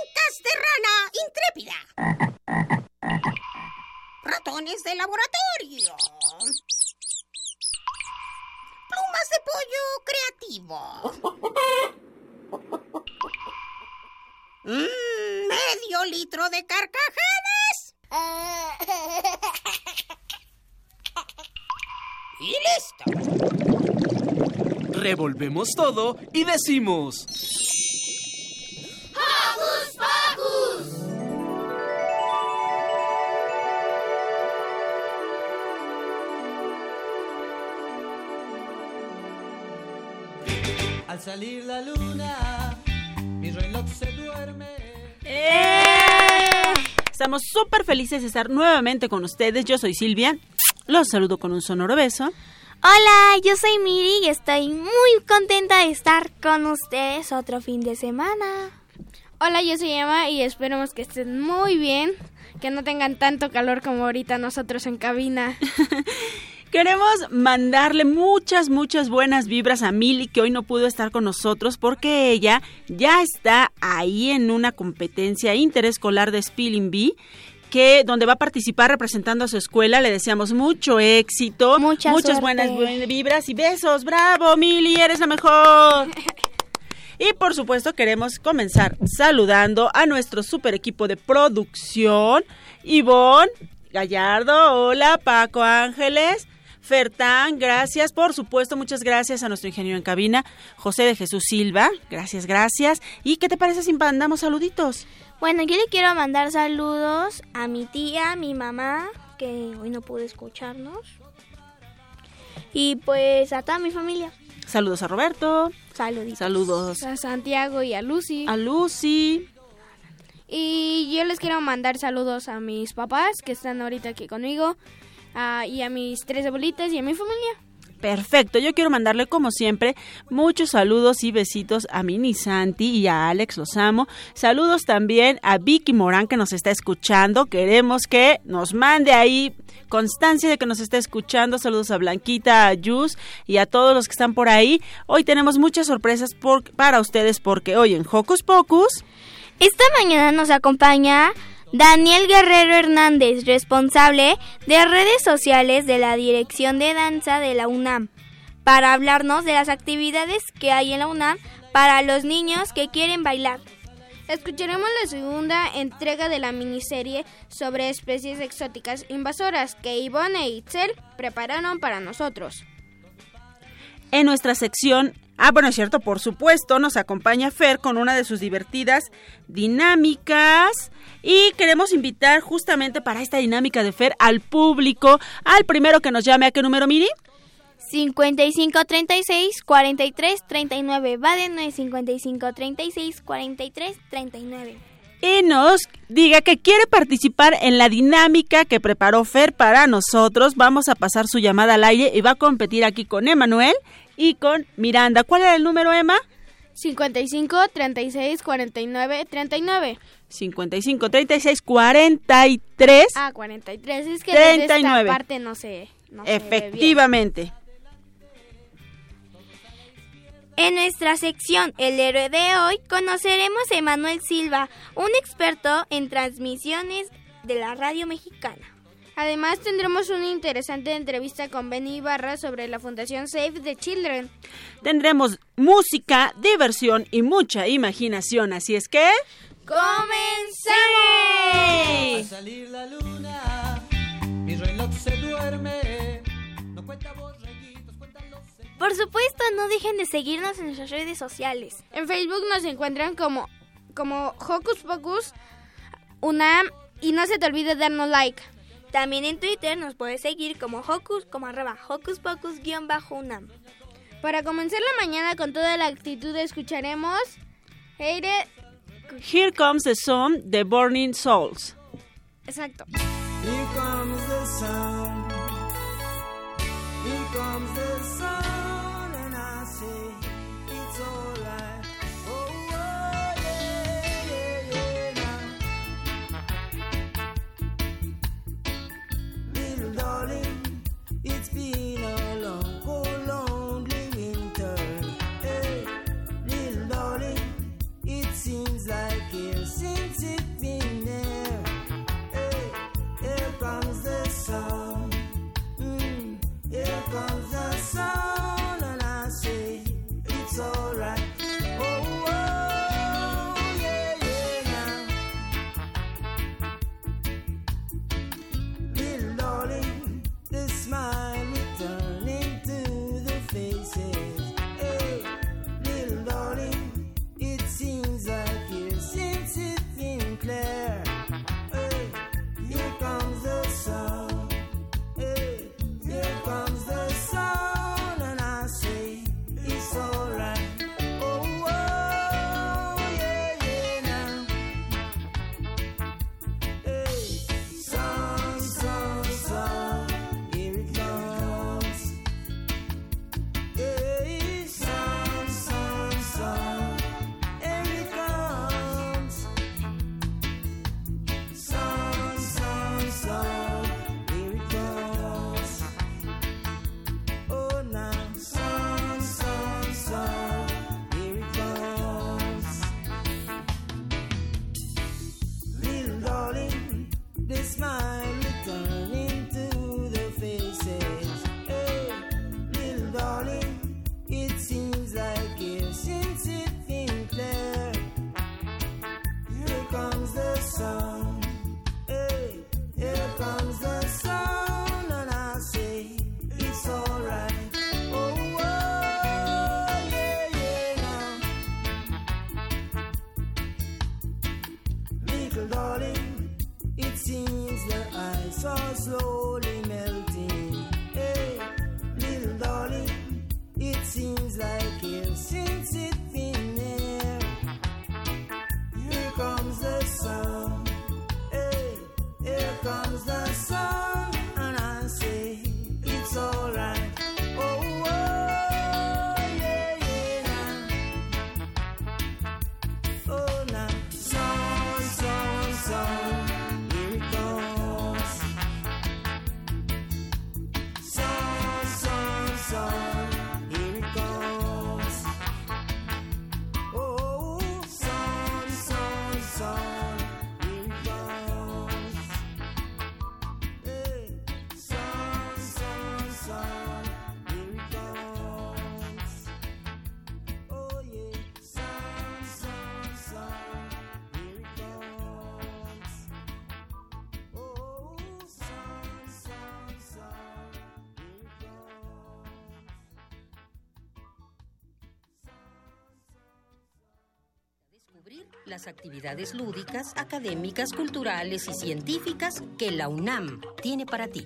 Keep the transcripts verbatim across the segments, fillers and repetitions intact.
Ancas de rana intrépida. Ratones de laboratorio. Plumas de pollo creativo. Mm, medio litro de carcajadas. Y listo. Revolvemos todo y decimos... ¡Hocus Pocus! Al salir la luna, mi reloj se duerme. ¡Eh! Estamos súper felices de estar nuevamente con ustedes. Yo soy Silvia. Los saludo con un sonoro beso. Hola, yo soy Miri y estoy muy contenta de estar con ustedes otro fin de semana. Hola, yo soy Emma y esperemos que estén muy bien, que no tengan tanto calor como ahorita nosotros en cabina. Queremos mandarle muchas, muchas buenas vibras a Mili, que hoy no pudo estar con nosotros porque ella ya está ahí en una competencia interescolar de Spelling Bee, que donde va a participar representando a su escuela. Le deseamos mucho éxito, Mucha muchas suerte. buenas vibras y besos. ¡Bravo, Mili! ¡Eres la mejor! Y por supuesto queremos comenzar saludando a nuestro super equipo de producción. Ivonne Gallardo, hola. Paco Ángeles, Fertán, gracias. Por supuesto, muchas gracias a nuestro ingeniero en cabina, José de Jesús Silva. Gracias, gracias. ¿Y qué te parece si mandamos saluditos? Bueno, yo le quiero mandar saludos a mi tía, a mi mamá, que hoy no pudo escucharnos. Y pues a toda mi familia. Saludos a Roberto. Saluditos. Saludos A Santiago y a Lucy. a Lucy. Y yo les quiero mandar saludos a mis papás que están ahorita aquí conmigo, a, y a mis tres abuelitas y a mi familia. Perfecto, yo quiero mandarle como siempre muchos saludos y besitos a Mini Santi y a Alex, los amo. Saludos también a Vicky Morán, que nos está escuchando. Queremos que nos mande ahí constancia de que nos está escuchando. Saludos a Blanquita, a Yus y a todos los que están por ahí. Hoy tenemos muchas sorpresas por, para ustedes porque hoy en Hocus Pocus... Esta mañana nos acompaña Daniel Guerrero Hernández, responsable de redes sociales de la Dirección de Danza de la UNAM, para hablarnos de las actividades que hay en la UNAM para los niños que quieren bailar. Escucharemos la segunda entrega de la miniserie sobre especies exóticas invasoras que Ivonne e Itzel prepararon para nosotros. En nuestra sección, ah, bueno, es cierto, por supuesto, nos acompaña Fer con una de sus divertidas dinámicas y queremos invitar justamente para esta dinámica de Fer al público, al primero que nos llame. ¿A qué número, Miri? cincuenta y cinco treinta y seis cuarenta y tres treinta y nueve. Va de nueve, cincuenta y cinco treinta y seis cuarenta y tres treinta y nueve. Y nos diga que quiere participar en la dinámica que preparó Fer para nosotros. Vamos a pasar su llamada al aire y va a competir aquí con Emanuel y con Miranda. ¿Cuál era el número, Emma? cincuenta y cinco treinta y seis cuarenta y nueve treinta y nueve. cincuenta y cinco treinta y seis cuarenta y tres. Ah, cuarenta y tres. Es que treinta y desde nueve. esta parte no sé. No se ve bien. Efectivamente. En nuestra sección El Héroe de Hoy conoceremos a Emanuel Silva, un experto en transmisiones de la radio mexicana. Además tendremos una interesante entrevista con Benny Ibarra sobre la Fundación Save the Children. Tendremos música, diversión y mucha imaginación, así es que... ¡Comencemos! Al salir la luna, mi reloj se duerme. No cuenta borreguitos, cuentan los segundos. Por supuesto, no dejen de seguirnos en nuestras redes sociales. En Facebook nos encuentran como, como Hocus Pocus UNAM y no se te olvide darnos like. También en Twitter nos puedes seguir como Hocus, como arroba Hocus Pocus guión bajo UNAM. Para comenzar la mañana con toda la actitud escucharemos Hate It. Here Comes the Sun de Burning Souls. Exacto. Here comes the sun. Here comes the sun, and I say it's alright. Oh, oh, yeah, yeah, yeah, now. Little darling, it's been a long, cold, lonely winter. Hey, little darling, it's seems like years since it's been there. Hey, here comes the sun. Mm, here comes the sun, and I say it's alright. Oh, oh, yeah, yeah, now. Little darling, the smile returning to the faces. Hey, little darling, it seems like years since it's been clear. Hey, here comes the sun. Hey, here comes the sun, and I say it's alright. Oh, oh, yeah, yeah, now. Hey, sun, sun, sun, here it comes. Hey, sun, sun, sun, here it comes. Sun, sun, sun, here it comes. Oh, now, sun, sun, sun, here it comes. Little darling, the smile returning to the faces. Hey, little darling, it seems like years since it's been clear. Here comes the sun. Hey, here comes the sun, and I say it's alright. Oh, oh, yeah, yeah, now. Little darling, it seems the ice are slowly melting. Hey, little darling, it seems like years since it's been there. Here comes the sun. Hey, here comes the sun, and I say it's alright. Oh, oh, yeah, yeah, now. Oh, now, sun, sun, sun, here it comes. Sun, sun, sun, here it comes. Oh, sun, sun, sun, here it comes. Hey, sun, sun, sun, here it comes. Oh, yeah, sun, sun, sun, here it comes. Oh, sun, sun, sun, here it comes. Descubrir las actividades lúdicas, académicas, culturales y científicas que la UNAM tiene para ti.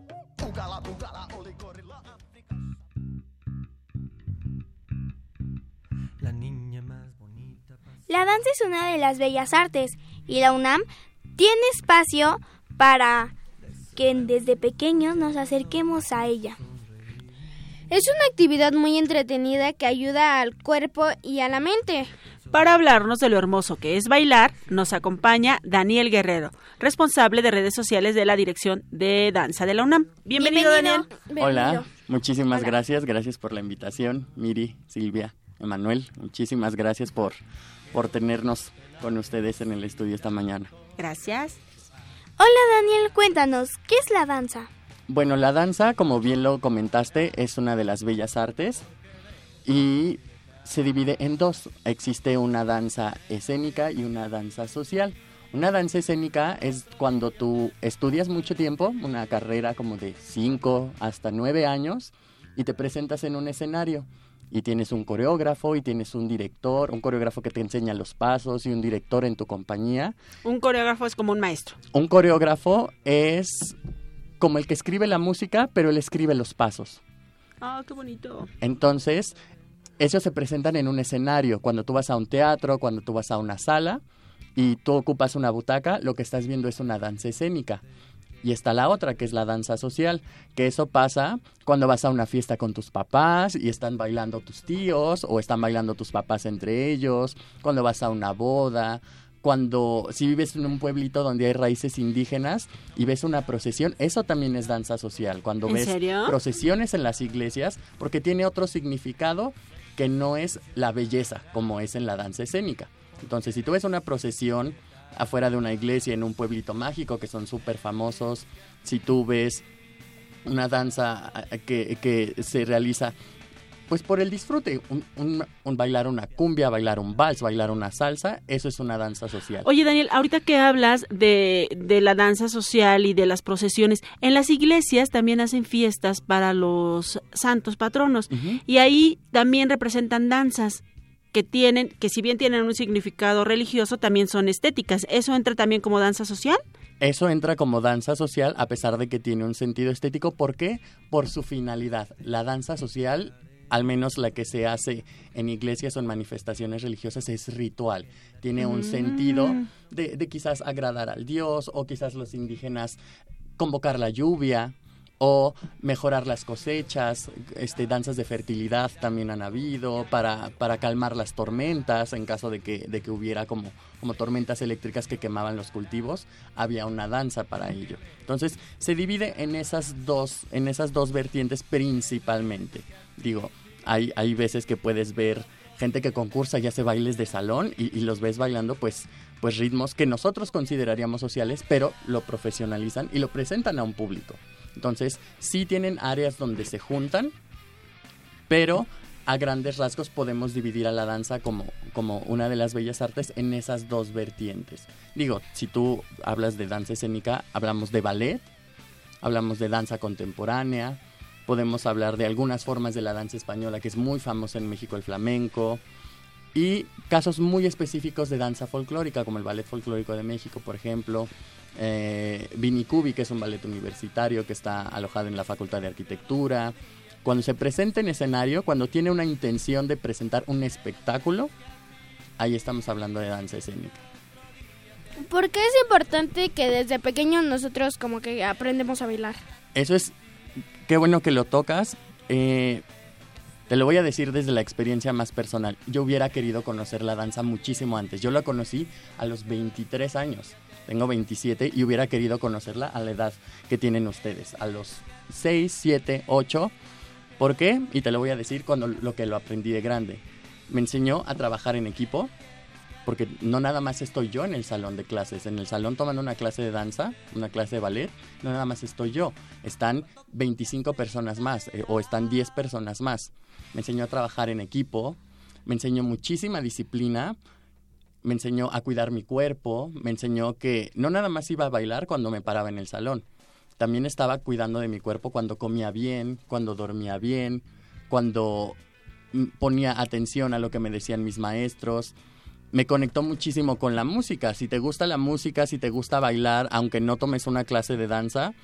La niña más bonita. La danza es una de las bellas artes y la UNAM tiene espacio para que desde pequeños nos acerquemos a ella. Es una actividad muy entretenida que ayuda al cuerpo y a la mente. Para hablarnos de lo hermoso que es bailar, nos acompaña Daniel Guerrero, responsable de redes sociales de la Dirección de Danza de la UNAM. Bienvenido, Bienvenido. Daniel. Bienvenido. Hola, muchísimas Hola. gracias, gracias por la invitación, Miri, Silvia, Emanuel, muchísimas gracias por, por tenernos con ustedes en el estudio esta mañana. Gracias. Hola Daniel, cuéntanos, ¿qué es la danza? Bueno, la danza, como bien lo comentaste, es una de las bellas artes y se divide en dos. Existe una danza escénica y una danza social. Una danza escénica es cuando tú estudias mucho tiempo, una carrera como de cinco hasta nueve años, y te presentas en un escenario. Y tienes un coreógrafo y tienes un director, un coreógrafo que te enseña los pasos y un director en tu compañía. Un coreógrafo es como un maestro. Un coreógrafo es como el que escribe la música, pero él escribe los pasos. Ah, qué bonito. Entonces, ellos se presentan en un escenario. Cuando tú vas a un teatro, cuando tú vas a una sala y tú ocupas una butaca, lo que estás viendo es una danza escénica. Y está la otra, que es la danza social, que eso pasa cuando vas a una fiesta con tus papás y están bailando tus tíos o están bailando tus papás entre ellos, cuando vas a una boda, cuando si vives en un pueblito donde hay raíces indígenas y ves una procesión, eso también es danza social. Cuando ¿En ves serio? procesiones en las iglesias, porque tiene otro significado que no es la belleza como es en la danza escénica. Entonces, si tú ves una procesión afuera de una iglesia en un pueblito mágico, que son súper famosos, si tú ves una danza que, que se realiza pues por el disfrute, un, un, un bailar una cumbia, bailar un vals, bailar una salsa, eso es una danza social. Oye, Daniel, ahorita que hablas de, de la danza social y de las procesiones, en las iglesias también hacen fiestas para los santos patronos, uh-huh. y ahí también representan danzas que tienen, que si bien tienen un significado religioso, también son estéticas. ¿Eso entra también como danza social? Eso entra como danza social a pesar de que tiene un sentido estético. ¿Por qué? Por su finalidad. La danza social, al menos la que se hace en iglesias o en manifestaciones religiosas, es ritual. Tiene un mm. sentido de, de quizás agradar al Dios, o quizás los indígenas convocar la lluvia, o mejorar las cosechas. Este, danzas de fertilidad también han habido para, para calmar las tormentas en caso de que, de que hubiera como, como tormentas eléctricas que quemaban los cultivos. Había una danza para ello. Entonces se divide en esas dos, en esas dos vertientes principalmente. Digo, hay, hay veces que puedes ver gente que concursa y hace bailes de salón y, y los ves bailando pues, pues ritmos que nosotros consideraríamos sociales, pero lo profesionalizan y lo presentan a un público. Entonces, sí tienen áreas donde se juntan, pero a grandes rasgos podemos dividir a la danza como, como una de las bellas artes en esas dos vertientes. Digo, si tú hablas de danza escénica, hablamos de ballet, hablamos de danza contemporánea, podemos hablar de algunas formas de la danza española, que es muy famosa en México, el flamenco, y casos muy específicos de danza folclórica, como el Ballet Folclórico de México, por ejemplo. Eh, Vinicubi, que es un ballet universitario que está alojado en la Facultad de Arquitectura. Cuando se presenta en escenario, cuando tiene una intención de presentar un espectáculo, ahí estamos hablando de danza escénica. ¿Por qué es importante que desde pequeños nosotros como que aprendemos a bailar? Eso es, qué bueno que lo tocas. Eh, te lo voy a decir desde la experiencia más personal. Yo hubiera querido conocer la danza muchísimo antes. Yo la conocí a los veintitrés años. Tengo veintisiete y hubiera querido conocerla a la edad que tienen ustedes, a los seis, siete, ocho. ¿Por qué? Y te lo voy a decir cuando lo que lo aprendí de grande. Me enseñó a trabajar en equipo, porque no nada más estoy yo en el salón de clases. En el salón tomando una clase de danza, una clase de ballet, no nada más estoy yo. Están veinticinco personas más, eh, o están diez personas más. Me enseñó a trabajar en equipo, me enseñó muchísima disciplina, me enseñó a cuidar mi cuerpo, me enseñó que no nada más iba a bailar cuando me paraba en el salón. También estaba cuidando de mi cuerpo cuando comía bien, cuando dormía bien, cuando ponía atención a lo que me decían mis maestros. Me conectó muchísimo con la música. Si te gusta la música, si te gusta bailar, aunque no tomes una clase de danza,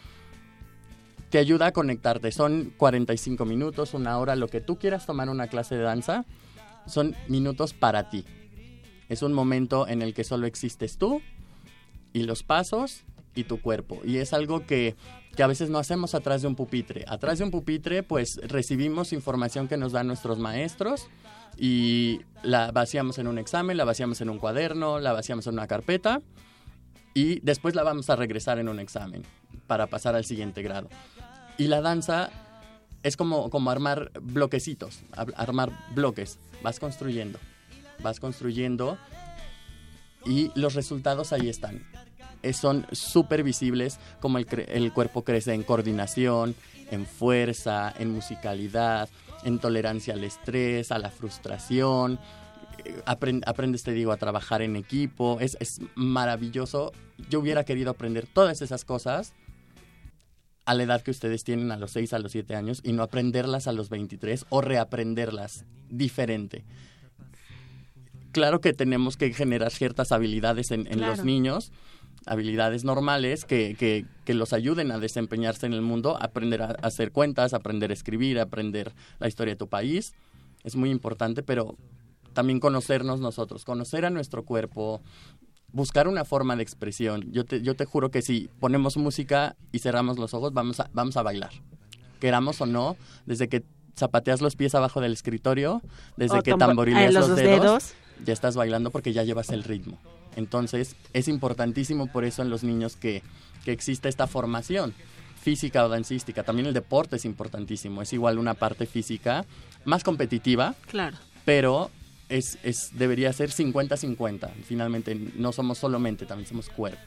te ayuda a conectarte. Son cuarenta y cinco minutos, una hora, lo que tú quieras tomar una clase de danza, son minutos para ti. Es un momento en el que solo existes tú y los pasos y tu cuerpo. Y es algo que, que a veces no hacemos atrás de un pupitre. Atrás de un pupitre, pues, recibimos información que nos dan nuestros maestros y la vaciamos en un examen, la vaciamos en un cuaderno, la vaciamos en una carpeta y después la vamos a regresar en un examen para pasar al siguiente grado. Y la danza es como, como armar bloquecitos, armar bloques. Vas construyendo. Vas construyendo y los resultados ahí están. Es, son súper visibles, como el, cre- el cuerpo crece en coordinación, en fuerza, en musicalidad, en tolerancia al estrés, a la frustración. Aprend- aprendes, te digo, a trabajar en equipo. Es, es maravilloso. Yo hubiera querido aprender todas esas cosas a la edad que ustedes tienen, a los seis, a los siete años, y no aprenderlas a los veintitrés o reaprenderlas diferente. Claro que tenemos que generar ciertas habilidades en, en claro. los niños, habilidades normales que, que, que los ayuden a desempeñarse en el mundo, aprender a hacer cuentas, aprender a escribir, aprender la historia de tu país. Es muy importante, pero también conocernos nosotros, conocer a nuestro cuerpo, buscar una forma de expresión. Yo te, yo te juro que si ponemos música y cerramos los ojos, vamos a, vamos a bailar. Queramos o no, desde que zapateas los pies abajo del escritorio, desde o que tamborileas los, los dedos, dedos, ya estás bailando porque ya llevas el ritmo. Entonces, es importantísimo por eso en los niños que, que exista esta formación física o dancística. También el deporte es importantísimo. Es igual una parte física más competitiva, claro, pero es, es debería ser cincuenta cincuenta. Finalmente no somos solo mente, también somos cuerpo.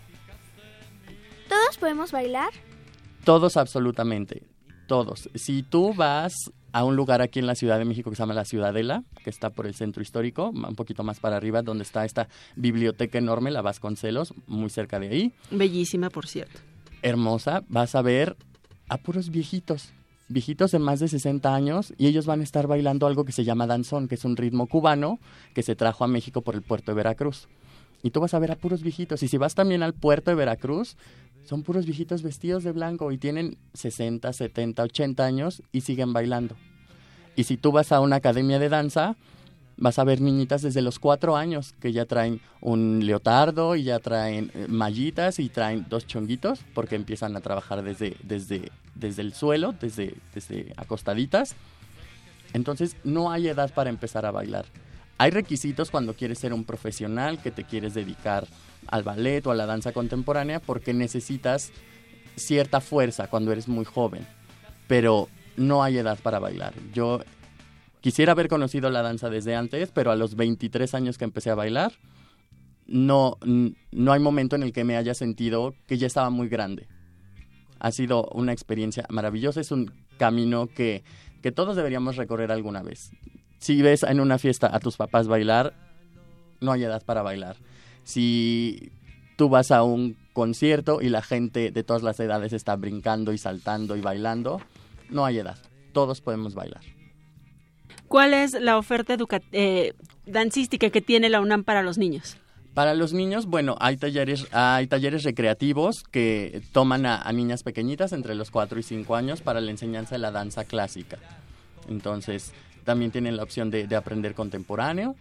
¿Todos podemos bailar? Todos, absolutamente, todos. Si tú vas a un lugar aquí en la Ciudad de México que se llama La Ciudadela, que está por el centro histórico, un poquito más para arriba, donde está esta biblioteca enorme, la Vasconcelos, muy cerca de ahí. Bellísima, por cierto. Hermosa, vas a ver a puros viejitos, viejitos de más de sesenta años, y ellos van a estar bailando algo que se llama danzón, que es un ritmo cubano que se trajo a México por el puerto de Veracruz. Y tú vas a ver a puros viejitos, y si vas también al puerto de Veracruz, son puros viejitos vestidos de blanco y tienen sesenta, setenta, ochenta años y siguen bailando. Y si tú vas a una academia de danza, vas a ver niñitas desde los cuatro años que ya traen un leotardo y ya traen eh, mallitas y traen dos chonguitos porque empiezan a trabajar desde, desde, desde el suelo, desde, desde acostaditas. Entonces no hay edad para empezar a bailar. Hay requisitos cuando quieres ser un profesional, que te quieres dedicar al ballet o a la danza contemporánea, porque necesitas cierta fuerza cuando eres muy joven, pero no hay edad para bailar. Yo quisiera haber conocido la danza desde antes, pero a los veintitrés años que empecé a bailar, no, no hay momento en el que me haya sentido que ya estaba muy grande. Ha sido una experiencia maravillosa, es un camino que, que todos deberíamos recorrer alguna vez. Si ves en una fiesta a tus papás bailar, no hay edad para bailar. Si tú vas a un concierto y la gente de todas las edades está brincando y saltando y bailando, no hay edad. Todos podemos bailar. ¿Cuál es la oferta educa- eh, dancística que tiene la UNAM para los niños? Para los niños, bueno, hay talleres, hay talleres recreativos que toman a, a niñas pequeñitas entre los cuatro y cinco años para la enseñanza de la danza clásica. Entonces, también tienen la opción de, de aprender contemporáneo.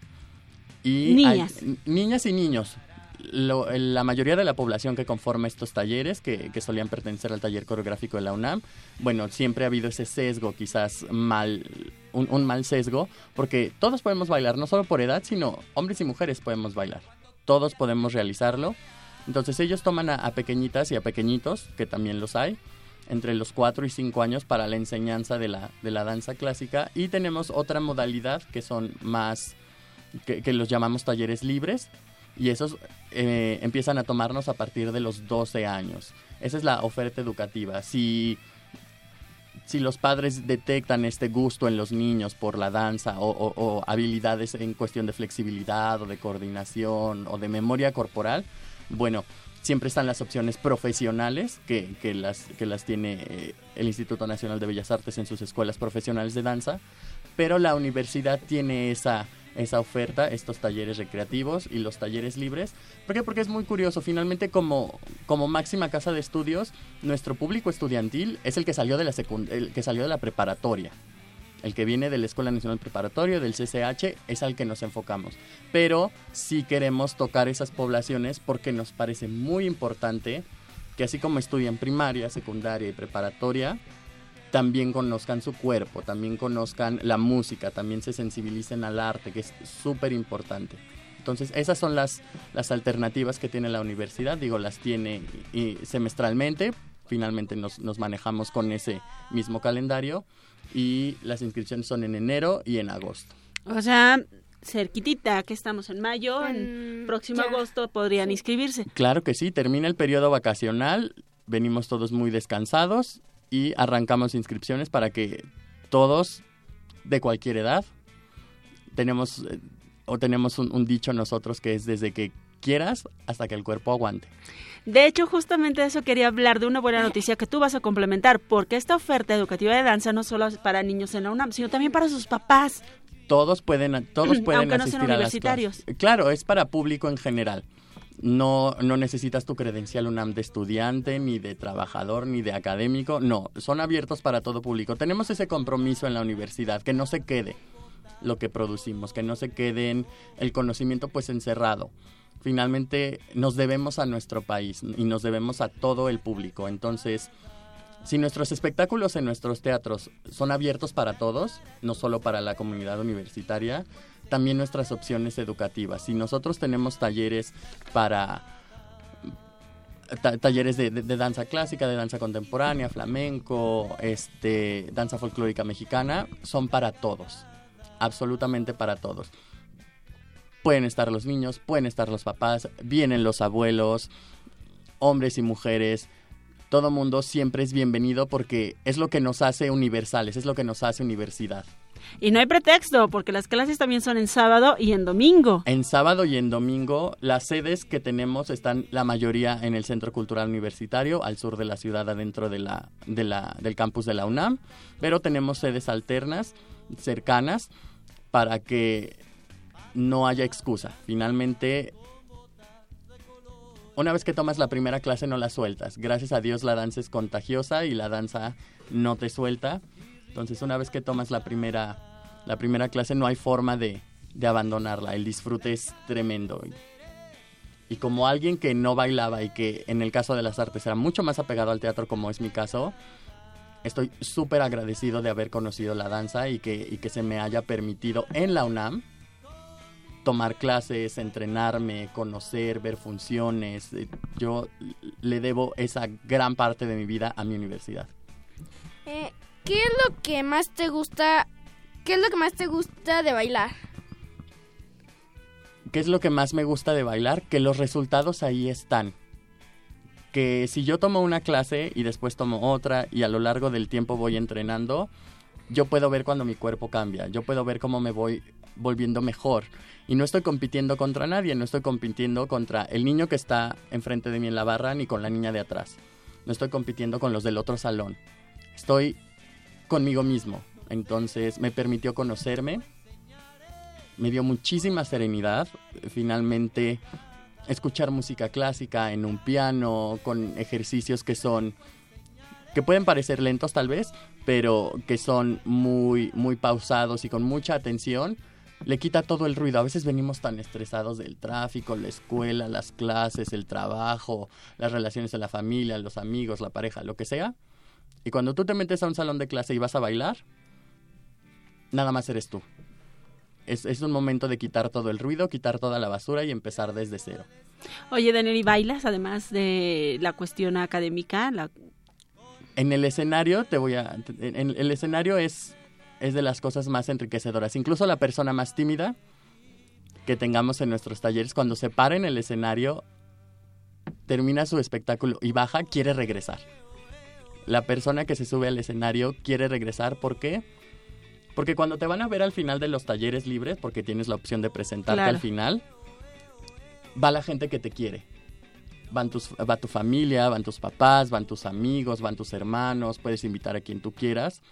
Y niñas. Hay, niñas y niños. Lo, la mayoría de la población que conforma estos talleres, que, que solían pertenecer al taller coreográfico de la UNAM, bueno, siempre ha habido ese sesgo, quizás mal, un, un mal sesgo, porque todos podemos bailar, no solo por edad, sino hombres y mujeres podemos bailar. Todos podemos realizarlo. Entonces ellos toman a, a pequeñitas y a pequeñitos, que también los hay, entre los cuatro y cinco años para la enseñanza de la, de la danza clásica. Y tenemos otra modalidad que son más, que, que los llamamos talleres libres, y esos eh, empiezan a tomarnos a partir de los doce años. Esa es la oferta educativa. Si, si los padres detectan este gusto en los niños por la danza o, o, o habilidades en cuestión de flexibilidad o de coordinación o de memoria corporal, bueno, siempre están las opciones profesionales que, que, las, que las tiene eh, el Instituto Nacional de Bellas Artes en sus escuelas profesionales de danza, pero la universidad tiene esa... esa oferta, estos talleres recreativos y los talleres libres. ¿Por qué? Porque es muy curioso. Finalmente, como, como máxima casa de estudios, nuestro público estudiantil es el que salió de la secund- el que salió de la preparatoria. El que viene de la Escuela Nacional Preparatoria, del C C H, es al que nos enfocamos. Pero sí queremos tocar esas poblaciones porque nos parece muy importante que así como estudian primaria, secundaria y preparatoria, también conozcan su cuerpo, también conozcan la música, también se sensibilicen al arte, que es súper importante. Entonces, esas son las, las alternativas que tiene la universidad. Digo, las tiene y, y semestralmente. Finalmente nos, nos manejamos con ese mismo calendario y las inscripciones son en enero y en agosto. O sea, cerquitita, que estamos en mayo, en Mm, próximo ya. agosto podrían Sí. inscribirse. Claro que sí, termina el periodo vacacional, venimos todos muy descansados y arrancamos inscripciones para que todos de cualquier edad, tenemos eh, o tenemos un, un dicho nosotros que es desde que quieras hasta que el cuerpo aguante. De hecho, justamente de eso quería hablar, de una buena noticia que tú vas a complementar, porque esta oferta educativa de danza no solo es para niños en la UNAM, sino también para sus papás. Todos pueden, todos pueden Aunque no asistir sean a las universitarios. clases. Claro, es para público en general. No, no necesitas tu credencial UNAM de estudiante, ni de trabajador, ni de académico. No, son abiertos para todo público. Tenemos ese compromiso en la universidad, que no se quede lo que producimos, que no se quede en el conocimiento pues encerrado. Finalmente nos debemos a nuestro país y nos debemos a todo el público. Entonces, si nuestros espectáculos en nuestros teatros son abiertos para todos, no solo para la comunidad universitaria, también nuestras opciones educativas. Si nosotros tenemos talleres para ta- talleres de, de, de danza clásica, de danza contemporánea, flamenco, este, danza folclórica mexicana, son para todos, absolutamente para todos. pueden estar los niños, pueden estar los papás, vienen los abuelos, hombres y mujeres. Todo mundo siempre es bienvenido porque es lo que nos hace universales, es lo que nos hace universidad. Y no hay pretexto, porque las clases también son en sábado y en domingo. En sábado y en domingo, las sedes que tenemos están la mayoría en el Centro Cultural Universitario, al sur de la ciudad, adentro de la, de la, del campus de la UNAM, pero tenemos sedes alternas, cercanas, para que no haya excusa. Finalmente, una vez que tomas la primera clase no la sueltas. Gracias a Dios la danza es contagiosa y la danza no te suelta. Entonces, una vez que tomas la primera, la primera clase, no hay forma de, de abandonarla. El disfrute es tremendo. Y, y como alguien que no bailaba y que en el caso de las artes era mucho más apegado al teatro, como es mi caso, estoy súper agradecido de haber conocido la danza y que, y que se me haya permitido en la UNAM tomar clases, entrenarme, conocer, ver funciones. Yo le debo esa gran parte de mi vida a mi universidad. Eh... ¿Qué es lo que más te gusta? ¿Qué es lo que más te gusta de bailar? ¿Qué es lo que más me gusta de bailar? Que los resultados ahí están. Que si yo tomo una clase y después tomo otra y a lo largo del tiempo voy entrenando, yo puedo ver cuando mi cuerpo cambia. Yo puedo ver cómo me voy volviendo mejor. Y no estoy compitiendo contra nadie, no estoy compitiendo contra el niño que está enfrente de mí en la barra ni con la niña de atrás. No estoy compitiendo con los del otro salón. Estoy conmigo mismo. Entonces me permitió conocerme, me dio muchísima serenidad, finalmente escuchar música clásica en un piano, con ejercicios que son, que pueden parecer lentos tal vez, pero que son muy, muy pausados y con mucha atención, le quita todo el ruido. A veces venimos tan estresados del tráfico, la escuela, las clases, el trabajo, las relaciones en la familia, los amigos, la pareja, lo que sea. Y cuando tú te metes a un salón de clase y vas a bailar, nada más eres tú. Es, es un momento de quitar todo el ruido, quitar toda la basura y empezar desde cero. Oye, Daniel, ¿y bailas además de la cuestión académica? La... En el escenario, te voy a... En el escenario es, es de las cosas más enriquecedoras. Incluso la persona más tímida que tengamos en nuestros talleres, cuando se para en el escenario, termina su espectáculo y baja, quiere regresar. La persona que se sube al escenario quiere regresar. ¿Por qué? Porque cuando te van a ver al final de los talleres libres, porque tienes la opción de presentarte claro. al final, va la gente que te quiere. Van tus, va tu familia, van tus papás, van tus amigos, van tus hermanos, puedes invitar a quien tú quieras.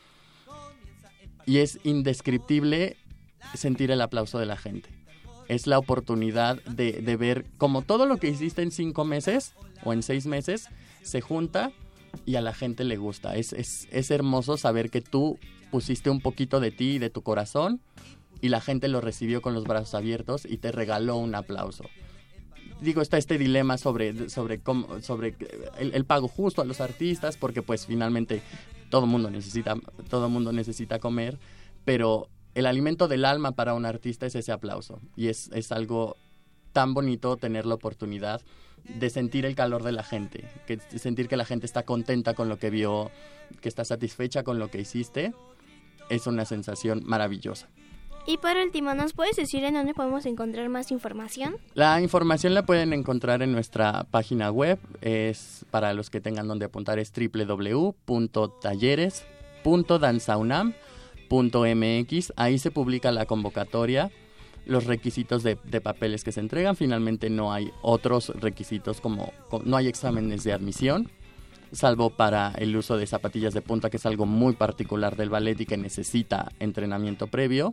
Y es indescriptible sentir el aplauso de la gente. Es la oportunidad de, de ver cómo todo lo que hiciste en cinco meses o en seis meses se junta y a la gente le gusta. Es, es, es hermoso saber que tú pusiste un poquito de ti y de tu corazón y la gente lo recibió con los brazos abiertos y te regaló un aplauso. Digo, está este dilema sobre, sobre, cómo, sobre el, el pago justo a los artistas, porque pues finalmente todo mundo necesita, todo mundo necesita comer, pero el alimento del alma para un artista es ese aplauso. Y es, es algo tan bonito tener la oportunidad de sentir el calor de la gente, que sentir que la gente está contenta con lo que vio, que está satisfecha con lo que hiciste, es una sensación maravillosa. Y por último, ¿nos puedes decir en dónde podemos encontrar más información? La información la pueden encontrar en nuestra página web, es para los que tengan donde apuntar, es doble u doble u doble u punto talleres punto danzaunam punto m x. Ahí se publica la convocatoria, los requisitos de, de papeles que se entregan. Finalmente no hay otros requisitos, como, como no hay exámenes de admisión, salvo para el uso de zapatillas de punta, que es algo muy particular del ballet y que necesita entrenamiento previo.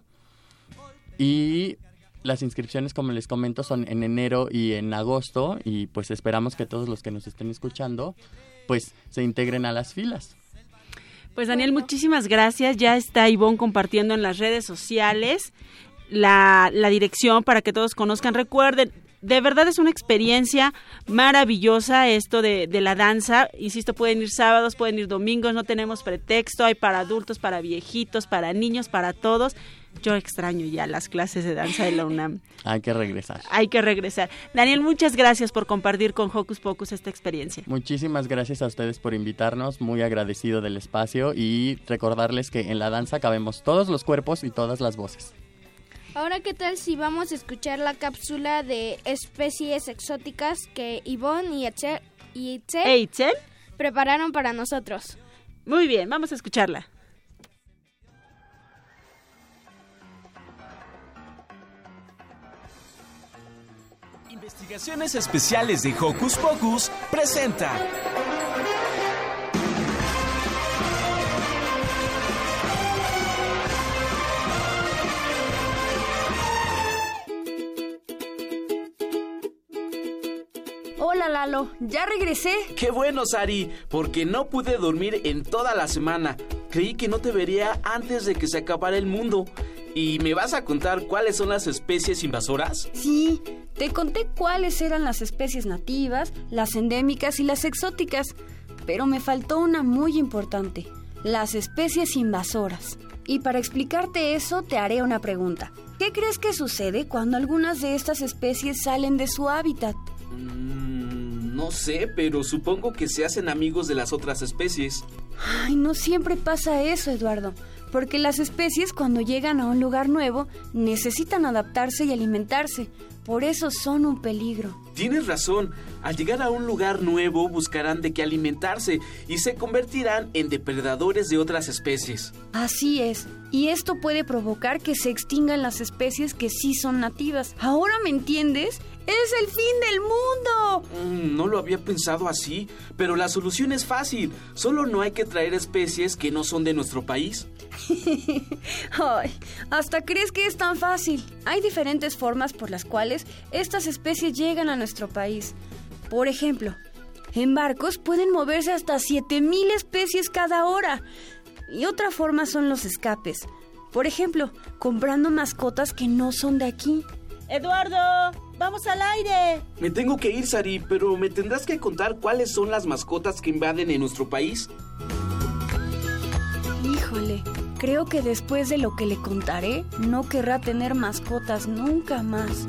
Y las inscripciones, como les comento, son en enero y en agosto, y pues esperamos que todos los que nos estén escuchando pues se integren a las filas. Pues Daniel, muchísimas gracias. Ya está Ivonne compartiendo en las redes sociales la, la dirección para que todos conozcan. Recuerden, de verdad es una experiencia maravillosa esto de, de la danza. Insisto, pueden ir sábados, pueden ir domingos, no tenemos pretexto. Hay para adultos, para viejitos, para niños, para todos. Yo extraño ya las clases de danza de la UNAM. Hay que regresar. Hay que regresar. Daniel, muchas gracias por compartir con Hocus Pocus esta experiencia. Muchísimas gracias a ustedes por invitarnos, muy agradecido del espacio, y recordarles que en la danza cabemos todos los cuerpos y todas las voces. Ahora, ¿qué tal si vamos a escuchar la cápsula de especies exóticas que Ivonne y Itzel, y Itzel ¿E Itzel? prepararon para nosotros? Muy bien, vamos a escucharla. Investigaciones Especiales de Hocus Pocus presenta Hola Lalo, ya regresé. ¡Qué bueno, Sari! Porque no pude dormir en toda la semana. Creí que no te vería antes de que se acabara el mundo. ¿Y me vas a contar cuáles son las especies invasoras? Sí, te conté cuáles eran las especies nativas, las endémicas y las exóticas. Pero me faltó una muy importante, las especies invasoras. Y para explicarte eso te haré una pregunta. ¿Qué crees que sucede cuando algunas de estas especies salen de su hábitat? Mm, no sé, pero supongo que se hacen amigos de las otras especies. Ay, no siempre pasa eso, Eduardo. Porque las especies cuando llegan a un lugar nuevo necesitan adaptarse y alimentarse. Por eso son un peligro. Tienes razón. Al llegar a un lugar nuevo buscarán de qué alimentarse y se convertirán en depredadores de otras especies. Así es. Y esto puede provocar que se extingan las especies que sí son nativas. ¿Ahora me entiendes? ¡Es el fin del mundo! Mm, no lo había pensado así, pero la solución es fácil. Solo no hay que traer especies que no son de nuestro país. Ay, ¿hasta crees que es tan fácil? Hay diferentes formas por las cuales estas especies llegan a nuestro país. Por ejemplo, en barcos pueden moverse hasta siete mil especies cada hora. Y otra forma son los escapes. Por ejemplo, comprando mascotas que no son de aquí. Eduardo, vamos al aire. Me tengo que ir, Sari, pero me tendrás que contar cuáles son las mascotas que invaden en nuestro país. Híjole, creo que después de lo que le contaré, no querrá tener mascotas nunca más.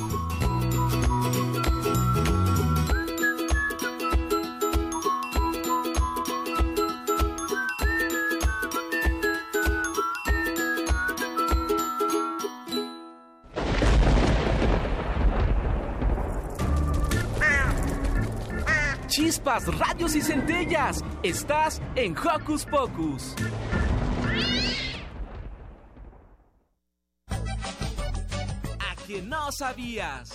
Chispas, rayos y centellas. Estás en Hocus Pocus. ¿A que no sabías?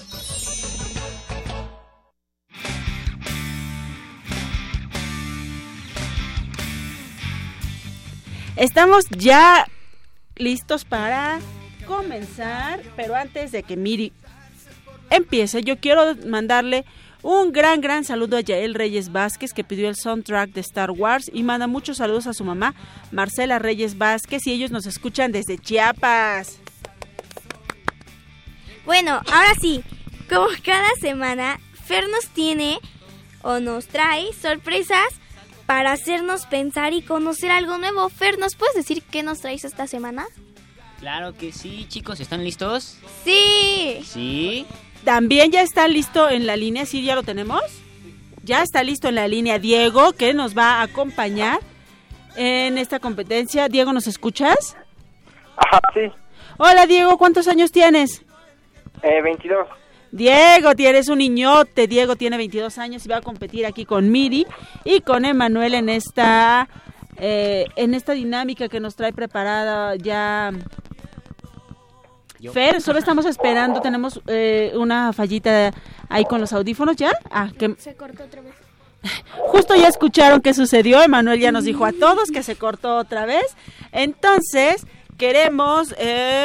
Estamos ya listos para comenzar, pero antes de que Miri empiece, yo quiero mandarle un gran, gran saludo a Yael Reyes Vázquez, que pidió el soundtrack de Star Wars, y manda muchos saludos a su mamá, Marcela Reyes Vázquez, y ellos nos escuchan desde Chiapas. Bueno, ahora sí, como cada semana, Fer nos tiene o nos trae sorpresas para hacernos pensar y conocer algo nuevo. Fer, ¿nos puedes decir qué nos traes esta semana? Claro que sí, chicos, ¿están listos? Sí. Sí. También ya está listo en la línea, ¿sí ya lo tenemos? Ya está listo en la línea Diego, que nos va a acompañar en esta competencia. Diego, ¿nos escuchas? Ajá, sí. Hola, Diego, ¿cuántos años tienes? Eh, veintidós. Diego, tienes un niñote. Diego tiene veintidós años y va a competir aquí con Miri y con Emanuel en esta, eh, en esta dinámica que nos trae preparada ya... Yo. Fer, solo estamos esperando, tenemos eh, una fallita ahí con los audífonos, ¿ya? Ah, que... Se cortó otra vez. Justo ya escucharon qué sucedió, Emanuel ya nos dijo a todos que se cortó otra vez. Entonces, queremos... Eh...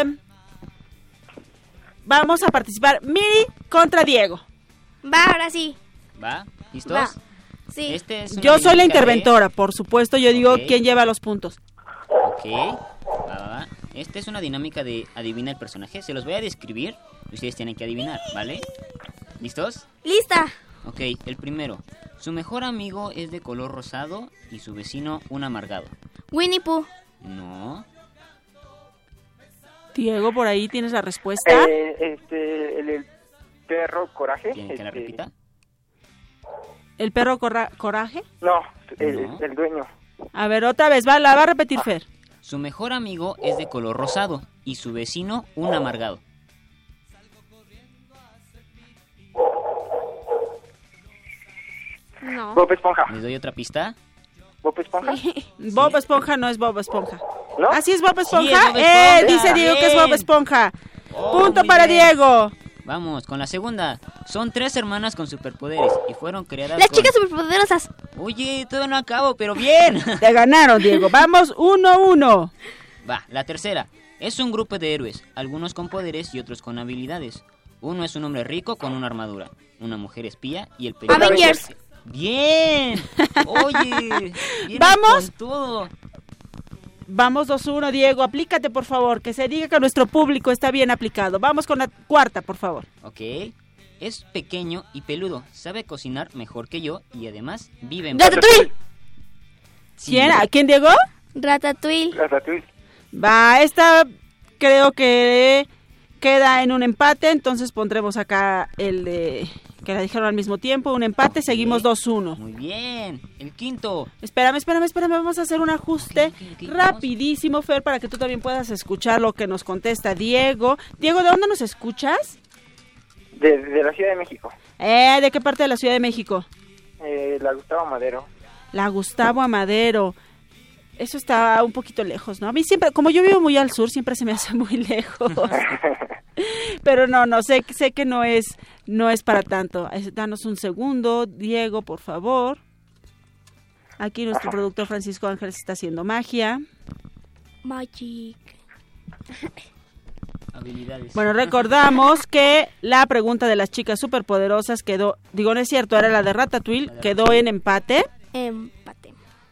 Vamos a participar Miri contra Diego. Va, ahora sí. ¿Va? ¿Listos? Va. Sí. Este es yo soy la interventora, de... por supuesto, yo digo okay. quién lleva los puntos. Ok, va, va, va. Esta es una dinámica de adivina el personaje. Se los voy a describir y ustedes tienen que adivinar, ¿vale? ¿Listos? ¡Lista! Ok, el primero. Su mejor amigo es de color rosado y su vecino un amargado. Winnie Pooh. No. Diego, por ahí tienes la respuesta. Eh, este, el, el perro Coraje. ¿Quieren este... que la repita? ¿El perro corra- Coraje? No, el, no, el dueño. A ver, otra vez, va, la va a repetir Fer. Su mejor amigo es de color rosado y su vecino un amargado. No. Bob Esponja. ¿Les doy otra pista? ¿Bob Esponja? Bob Esponja no es Bob Esponja. ¿No? ¿Así es Bob Esponja? Sí, es Bob ¡Eh! Esponja. Dice Diego que es Bien. Bob Esponja. Oh, Punto muy para bien. Diego. Vamos, con la segunda. Son tres hermanas con superpoderes y fueron creadas Las con- chicas superpoderosas. Oye, todavía no acabo, pero bien. Te ganaron, Diego. Vamos uno uno. Va, la tercera. Es un grupo de héroes, algunos con poderes y otros con habilidades. Uno es un hombre rico con una armadura, una mujer espía y el periodista. Avengers. Bien. Oye, vienes Vamos. con todo. Vamos dos uno, Diego. Aplícate, por favor. Que se diga que nuestro público está bien aplicado. Vamos con la cuarta, por favor. Ok. Es pequeño y peludo, sabe cocinar mejor que yo y además vive en... Ratatouille. Sí. ¿Quién? ¿A quién, Diego? Ratatouille. Ratatouille. Va, esta creo que queda en un empate, entonces pondremos acá el de que la dijeron al mismo tiempo, un empate, seguimos dos uno. Muy bien. El quinto. Espérame, espérame, espérame, vamos a hacer un ajuste Ok, ok, ok, rapidísimo, Fer, para que tú también puedas escuchar lo que nos contesta Diego. Diego, ¿de dónde nos escuchas? De, de la Ciudad de México. Eh, ¿de qué parte de la Ciudad de México? Eh, la Gustavo Madero. La Gustavo Amadero. Eso está un poquito lejos, ¿no? A mí siempre, como yo vivo muy al sur, siempre se me hace muy lejos. Pero no, no, sé, sé que no es, no es para tanto. Es- Danos un segundo, Diego, por favor. Aquí nuestro productor Francisco Ángeles está haciendo magia. Magic. Habilidades. Bueno, recordamos que la pregunta de las chicas superpoderosas quedó, digo, no es cierto, era la de Ratatouille, quedó en empate. Empate.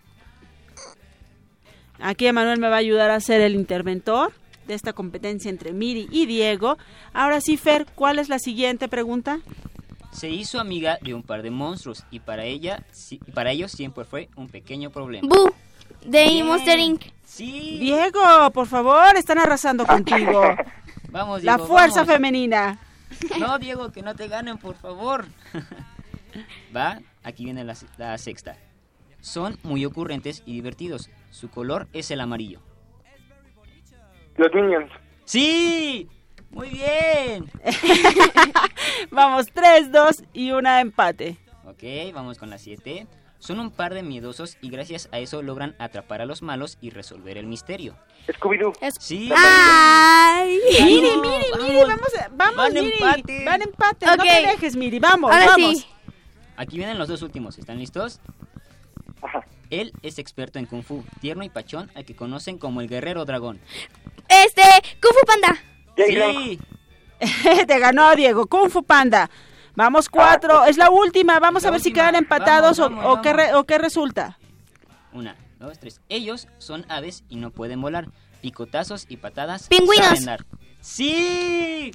Aquí Emanuel me va a ayudar a ser el interventor de esta competencia entre Miri y Diego. Ahora sí, Fer, ¿cuál es la siguiente pregunta? Se hizo amiga de un par de monstruos y para ella, sí- para ellos siempre fue un pequeño problema. Boo. De Bien. Monster incorporated. Sí. Diego, por favor, están arrasando contigo. Vamos, La Diego, fuerza vamos. femenina. No, Diego, que no te ganen, por favor. Va, aquí viene la, la sexta. Son muy ocurrentes y divertidos. Su color es el amarillo. Los Minions. ¡Sí! ¡Muy bien! Vamos, tres, dos y una empate. Ok, vamos con la siete. Son un par de miedosos y gracias a eso logran atrapar a los malos y resolver el misterio. Scooby-Doo. Sí. Ay. Miri, No, Miri, vamos. Miri, vamos, a- vamos, Van Miri. empate. Van empate, no Ok. te dejes, Miri, vamos, Ahora vamos. sí. Aquí vienen los dos últimos. ¿Están listos? Ajá. Él es experto en Kung Fu, tierno y pachón, al que conocen como el guerrero dragón. Este, Kung Fu Panda. Jay Blanco. Sí. Te ganó, Diego, Kung Fu Panda. Vamos, cuatro, es la última, vamos La a ver si última. quedan empatados Vamos, o- vamos, o, qué re- o qué resulta. Una, dos, tres. Ellos son aves y no pueden volar. Picotazos y patadas. Pingüinos. saben dar. ¡Sí!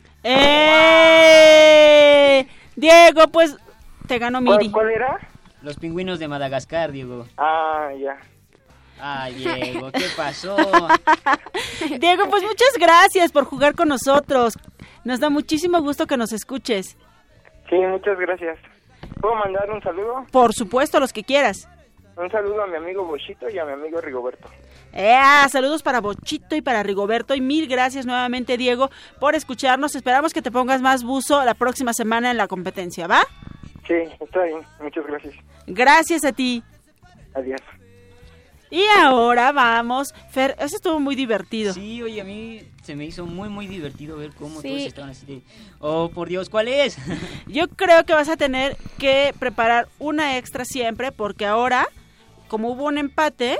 ¡Eh! Diego, pues te ganó Miri. ¿Cuál, ¿Cuál era? Los pingüinos de Madagascar, Diego. Ah, ya. Ay, Diego, ¿qué pasó? Diego, pues muchas gracias por jugar con nosotros. Nos da muchísimo gusto que nos escuches. Sí, muchas gracias. ¿Puedo mandar un saludo? Por supuesto, los que quieras. Un saludo a mi amigo Bochito y a mi amigo Rigoberto. Eh, saludos para Bochito y para Rigoberto y mil gracias nuevamente, Diego, por escucharnos. Esperamos que te pongas más buzo la próxima semana en la competencia, ¿va? Sí, está bien. Muchas gracias. Gracias a ti. Adiós. Y ahora vamos, Fer, eso estuvo muy divertido. Sí, oye, a mí se me hizo muy, muy divertido ver cómo Sí. todos estaban así de... Oh, por Dios, ¿cuál es? Yo creo que vas a tener que preparar una extra siempre porque ahora, como hubo un empate,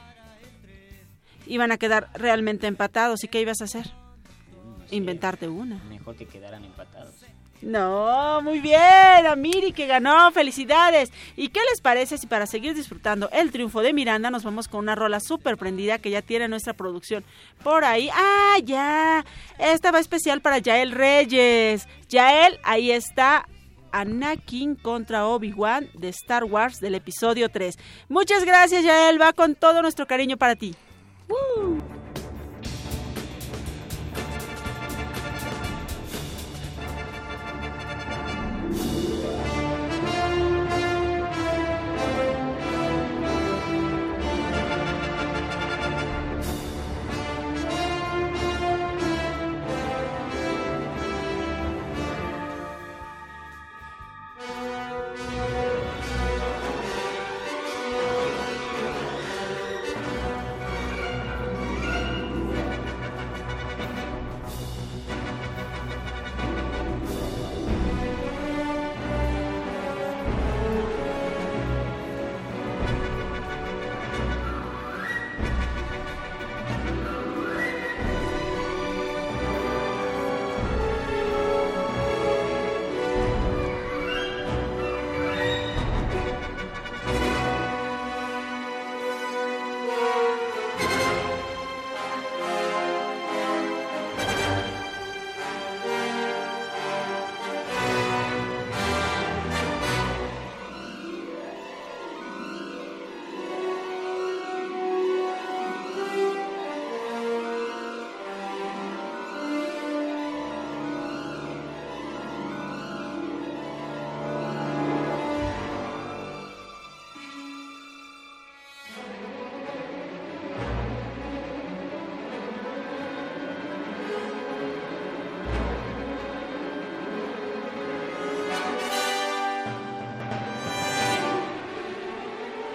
iban a quedar realmente empatados. ¿Y qué ibas a hacer? No sé, Inventarte una. Mejor que quedaran empatados. No, muy bien, a Miri que ganó, felicidades. ¿Y qué les parece si para seguir disfrutando el triunfo de Miranda nos vamos con una rola súper prendida que ya tiene nuestra producción por ahí? Ah, ya, esta va especial para Yael Reyes. Yael, ahí está Anakin contra Obi-Wan de Star Wars del episodio tres. Muchas gracias, Yael, va con todo nuestro cariño para ti. ¡Woo!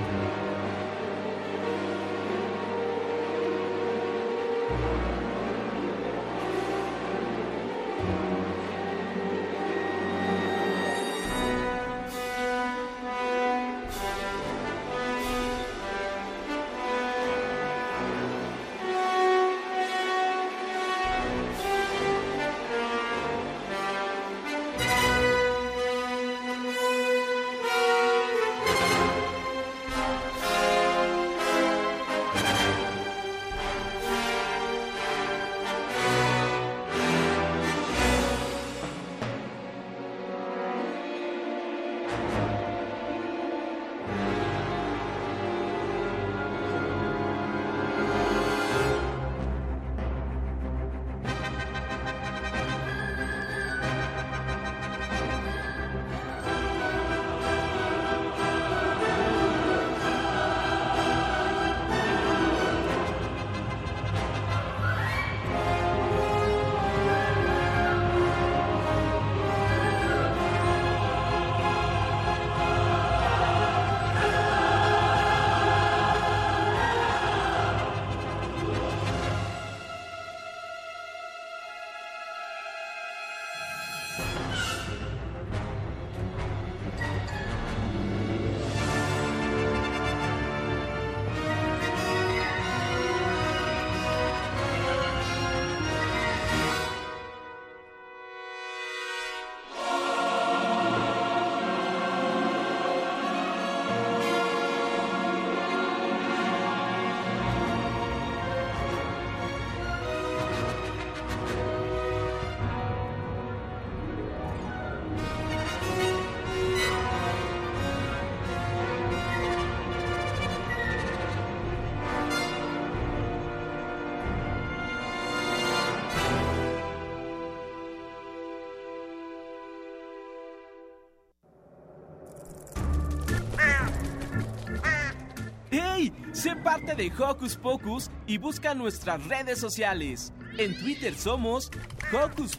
Sé parte de Hocus Pocus y busca nuestras redes sociales. En Twitter somos Hocus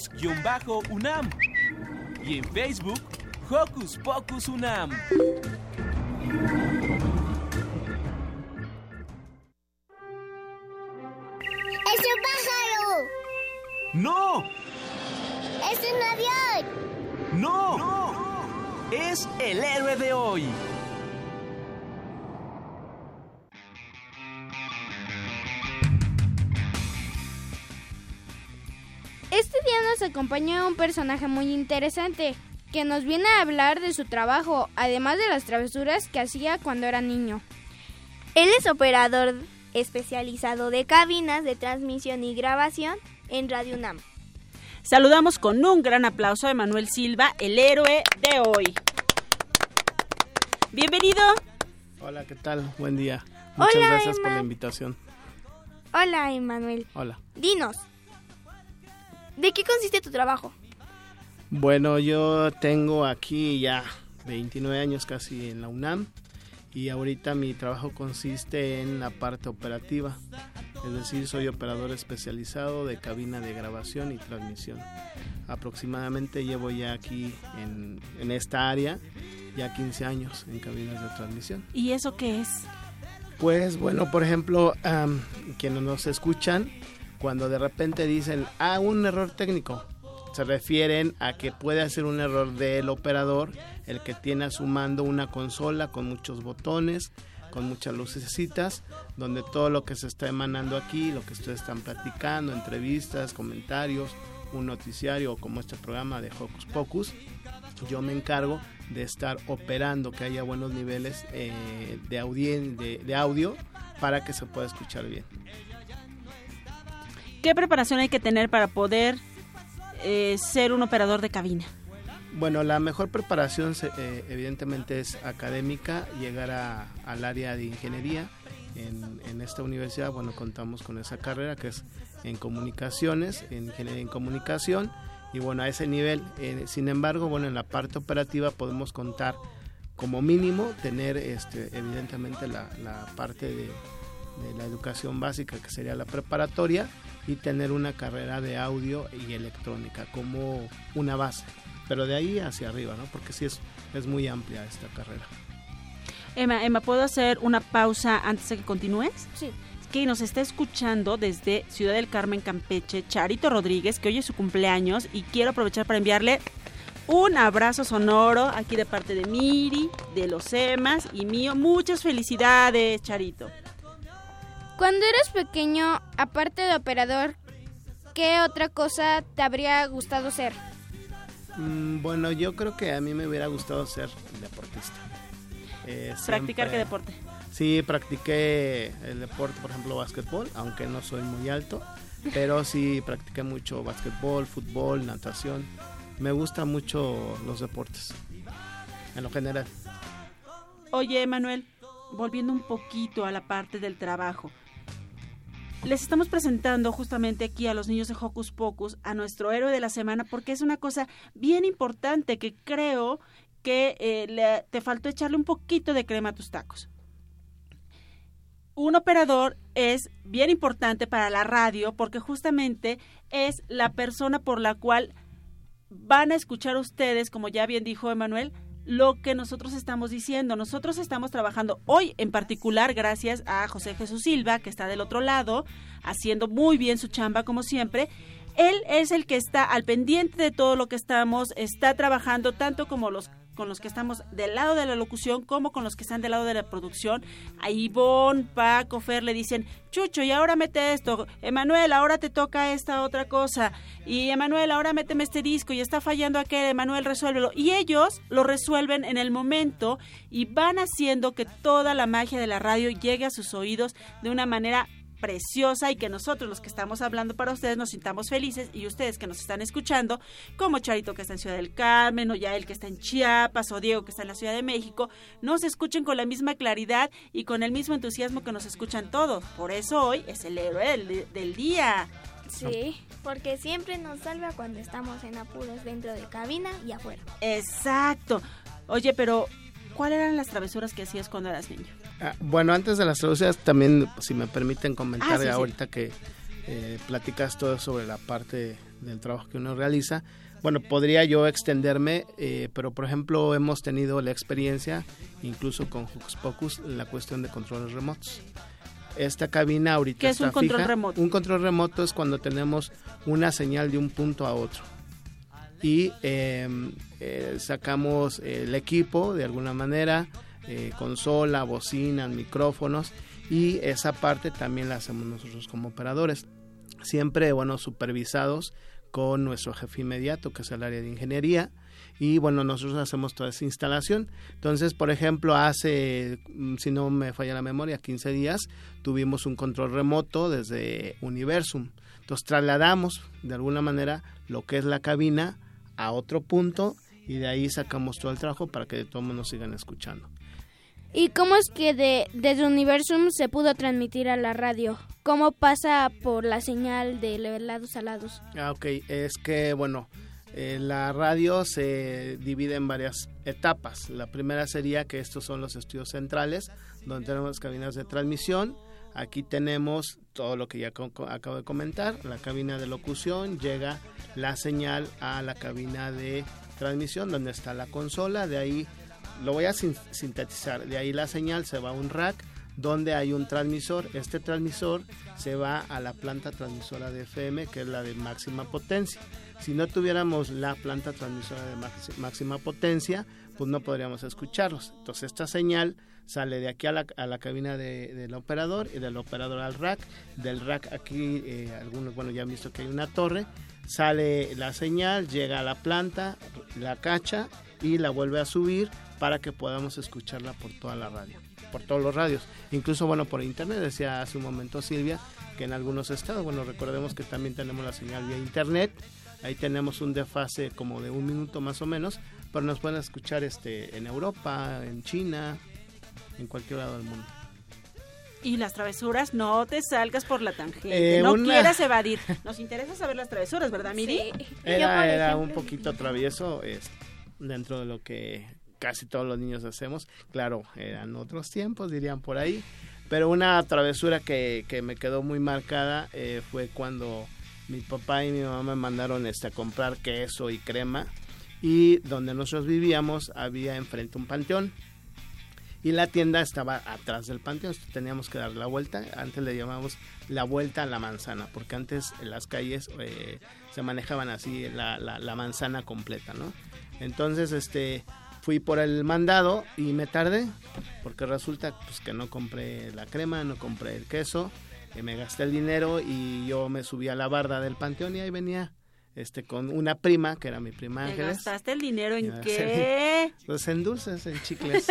Pocus-UNAM y en Facebook Hocus Pocus UNAM. ¡Es un pájaro! ¡No! ¡Es un avión! ¡No! ¡No! Es el héroe de hoy. Este día nos acompaña un personaje muy interesante que nos viene a hablar de su trabajo, además de las travesuras que hacía cuando era niño. Él es operador especializado de cabinas de transmisión y grabación en Radio UNAM. Saludamos con un gran aplauso a Emanuel Silva, el héroe de hoy. Bienvenido. Hola, ¿qué tal? Buen día. Muchas Hola, gracias Emma. por la invitación. Hola, Emanuel. Hola. Dinos, ¿de qué consiste tu trabajo? Bueno, yo tengo aquí ya veintinueve años casi en la UNAM y ahorita mi trabajo consiste en la parte operativa, es decir, soy operador especializado de cabina de grabación y transmisión. Aproximadamente llevo ya aquí en, en esta área ya quince años en cabinas de transmisión. ¿Y eso qué es? Pues bueno, por ejemplo, um, quienes nos escuchan, cuando de repente dicen, ah, un error técnico, se refieren a que puede ser un error del operador, el que tiene a su mando una consola con muchos botones, con muchas lucecitas, donde todo lo que se está emanando aquí, lo que ustedes están platicando, entrevistas, comentarios, un noticiario o como este programa de Hocus Pocus, yo me encargo de estar operando que haya buenos niveles eh, de, audien- de, de audio para que se pueda escuchar bien. ¿Qué preparación hay que tener para poder eh, ser un operador de cabina? Bueno, la mejor preparación eh, evidentemente es académica, llegar a, al área de ingeniería. En, en esta universidad, bueno, contamos con esa carrera que es en comunicaciones, en ingeniería en comunicación, y bueno, a ese nivel, eh, sin embargo, bueno, en la parte operativa podemos contar como mínimo, tener este, evidentemente la, la parte de, de la educación básica, que sería la preparatoria, y tener una carrera de audio y electrónica como una base, pero de ahí hacia arriba, ¿no? Porque sí es, es muy amplia esta carrera. Emma, Emma, ¿puedo hacer una pausa antes de que continúes? Sí. Que nos está escuchando desde Ciudad del Carmen, Campeche, Charito Rodríguez, que hoy es su cumpleaños y quiero aprovechar para enviarle un abrazo sonoro aquí de parte de Miri, de los Emas y mío. Muchas felicidades, Charito. Cuando eras pequeño, aparte de operador, ¿qué otra cosa te habría gustado ser? Mm, bueno, yo creo que a mí me hubiera gustado ser deportista. Eh, ¿Practicar siempre... qué deporte? Sí, practiqué el deporte, por ejemplo, básquetbol, aunque no soy muy alto, pero sí practiqué mucho básquetbol, fútbol, natación. Me gustan mucho los deportes, en lo general. Oye, Manuel, volviendo un poquito a la parte del trabajo. Les estamos presentando justamente aquí a los niños de Hocus Pocus a nuestro héroe de la semana porque es una cosa bien importante que creo que eh, le, te faltó echarle un poquito de crema a tus tacos. Un operador es bien importante para la radio porque justamente es la persona por la cual van a escuchar ustedes, como ya bien dijo Emanuel, lo que nosotros estamos diciendo. Nosotros estamos trabajando hoy en particular gracias a José Jesús Silva, que está del otro lado, haciendo muy bien su chamba como siempre. Él es el que está al pendiente de todo lo que estamos, está trabajando tanto como los con los que estamos del lado de la locución como con los que están del lado de la producción. A Ivonne, Paco, Fer le dicen, Chucho, y ahora mete esto, Emanuel, ahora te toca esta otra cosa, y Emanuel, ahora méteme este disco, y está fallando aquel, Emanuel, resuélvelo. Y ellos lo resuelven en el momento y van haciendo que toda la magia de la radio llegue a sus oídos de una manera preciosa y que nosotros los que estamos hablando para ustedes nos sintamos felices y ustedes que nos están escuchando, como Charito que está en Ciudad del Carmen o Yael que está en Chiapas o Diego que está en la Ciudad de México, nos escuchen con la misma claridad y con el mismo entusiasmo que nos escuchan todos. Por eso hoy es el héroe del, del día. Sí, porque siempre nos salva cuando estamos en apuros dentro de cabina y afuera. Exacto. Oye, pero ¿cuáles eran las travesuras que hacías cuando eras niño? Ah, bueno, antes de las traducciones también, si me permiten comentar, ah, sí, ahorita sí. que eh, platicas todo sobre la parte del trabajo que uno realiza, bueno, podría yo extenderme, eh, pero por ejemplo hemos tenido la experiencia, incluso con Hocus Pocus, la cuestión de controles remotos. Esta cabina ahorita ¿Qué es está un control fija. remoto? Un control remoto es cuando tenemos una señal de un punto a otro y eh, eh, sacamos el equipo de alguna manera, Eh, consola, bocinas, micrófonos, y esa parte también la hacemos nosotros como operadores, siempre, bueno, supervisados con nuestro jefe inmediato, que es el área de ingeniería, y bueno, nosotros hacemos toda esa instalación. Entonces, por ejemplo, hace, si no me falla la memoria, quince días, tuvimos un control remoto desde Universum. Entonces, trasladamos de alguna manera lo que es la cabina a otro punto, y de ahí sacamos todo el trabajo para que todos nos sigan escuchando. ¿Y cómo es que de, desde Universum se pudo transmitir a la radio? ¿Cómo pasa por la señal de lados a lados? Ah, ok, es que, bueno, eh, la radio se divide en varias etapas. La primera sería que estos son los estudios centrales, donde tenemos cabinas de transmisión. Aquí tenemos todo lo que ya co- acabo de comentar, la cabina de locución, llega la señal a la cabina de transmisión, donde está la consola, de ahí lo voy a sin- sintetizar, de ahí la señal se va a un rack donde hay un transmisor. Este transmisor se va a la planta transmisora de F M, que es la de máxima potencia. Si no tuviéramos la planta transmisora de maxi- máxima potencia, pues no podríamos escucharlos. Entonces esta señal sale de aquí a la, a la cabina de, del operador y del operador al rack. Del rack aquí, eh, algunos, bueno, ya han visto que hay una torre. Sale la señal, llega a la planta, la cacha y la vuelve a subir para que podamos escucharla por toda la radio, por todos los radios, incluso, bueno, por internet. Decía hace un momento Silvia que en algunos estados, bueno, recordemos que también tenemos la señal vía internet, ahí tenemos un desfase como de un minuto más o menos, pero nos pueden escuchar este en Europa, en China, en cualquier lado del mundo. Y las travesuras, no te salgas por la tangente, Eh, no una... quieras evadir. Nos interesa saber las travesuras, ¿verdad, Miri? Sí. Era, era un poquito travieso, es, dentro de lo que casi todos los niños hacemos. Claro, eran otros tiempos, dirían por ahí. Pero una travesura que, que me quedó muy marcada eh, fue cuando mi papá y mi mamá me mandaron este, a comprar queso y crema. Y donde nosotros vivíamos había enfrente un panteón. y la tienda estaba atrás del panteón, teníamos que dar la vuelta, antes le llamábamos la vuelta a la manzana, porque antes en las calles eh, se manejaban así la, la, la manzana completa, ¿no? Entonces, este, fui por el mandado y me tardé, porque resulta pues, que no compré la crema, no compré el queso, eh, me gasté el dinero y yo me subí a la barda del panteón y ahí venía este con una prima, que era mi prima ¿Te Ángeles. gastaste el dinero en Ya, qué? Pues en dulces, en chicles.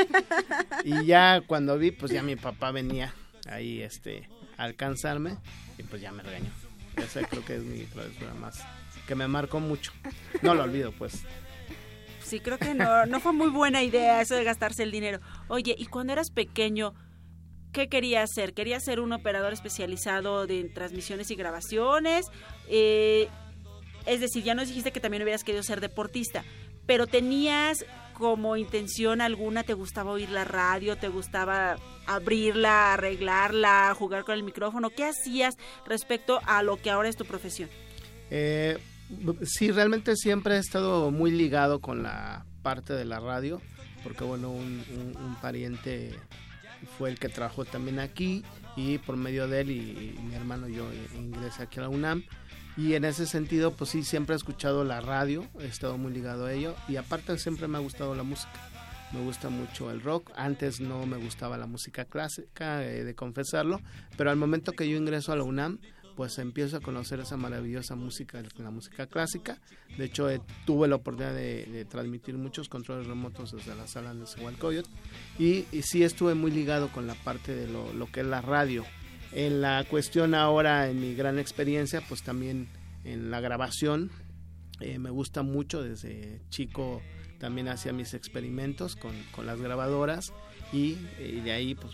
Y ya cuando vi, pues ya mi papá venía ahí este, a alcanzarme y pues ya me regañó. Esa creo que es mi travesura más, que me marcó mucho. No lo olvido, pues. Sí, creo que no, no fue muy buena idea eso de gastarse el dinero. Oye, ¿y cuando eras pequeño, qué querías ser? ¿Querías ser un operador especializado de transmisiones y grabaciones? Eh, es decir, ya nos dijiste que también hubieras querido ser deportista, pero ¿tenías como intención alguna? ¿Te gustaba oír la radio? ¿Te gustaba abrirla, arreglarla, jugar con el micrófono? ¿Qué hacías respecto a lo que ahora es tu profesión? Eh, sí, realmente siempre he estado muy ligado con la parte de la radio, porque bueno, un, un, un pariente fue el que trabajó también aquí y por medio de él y, y mi hermano y yo ingresé aquí a la UNAM. Y en ese sentido, pues sí, siempre he escuchado la radio, he estado muy ligado a ello y aparte siempre me ha gustado la música. Me gusta mucho el rock, antes no me gustaba la música clásica, eh, de confesarlo, pero al momento que yo ingreso a la UNAM, pues empiezo a conocer esa maravillosa música, la música clásica. De hecho, eh, tuve la oportunidad de, de transmitir muchos controles remotos desde la sala de Nezahualcóyotl y, y sí estuve muy ligado con la parte de lo, lo que es la radio. En la cuestión ahora, en mi gran experiencia, pues también en la grabación, eh, me gusta mucho, desde chico también hacía mis experimentos con, con las grabadoras y, y de ahí pues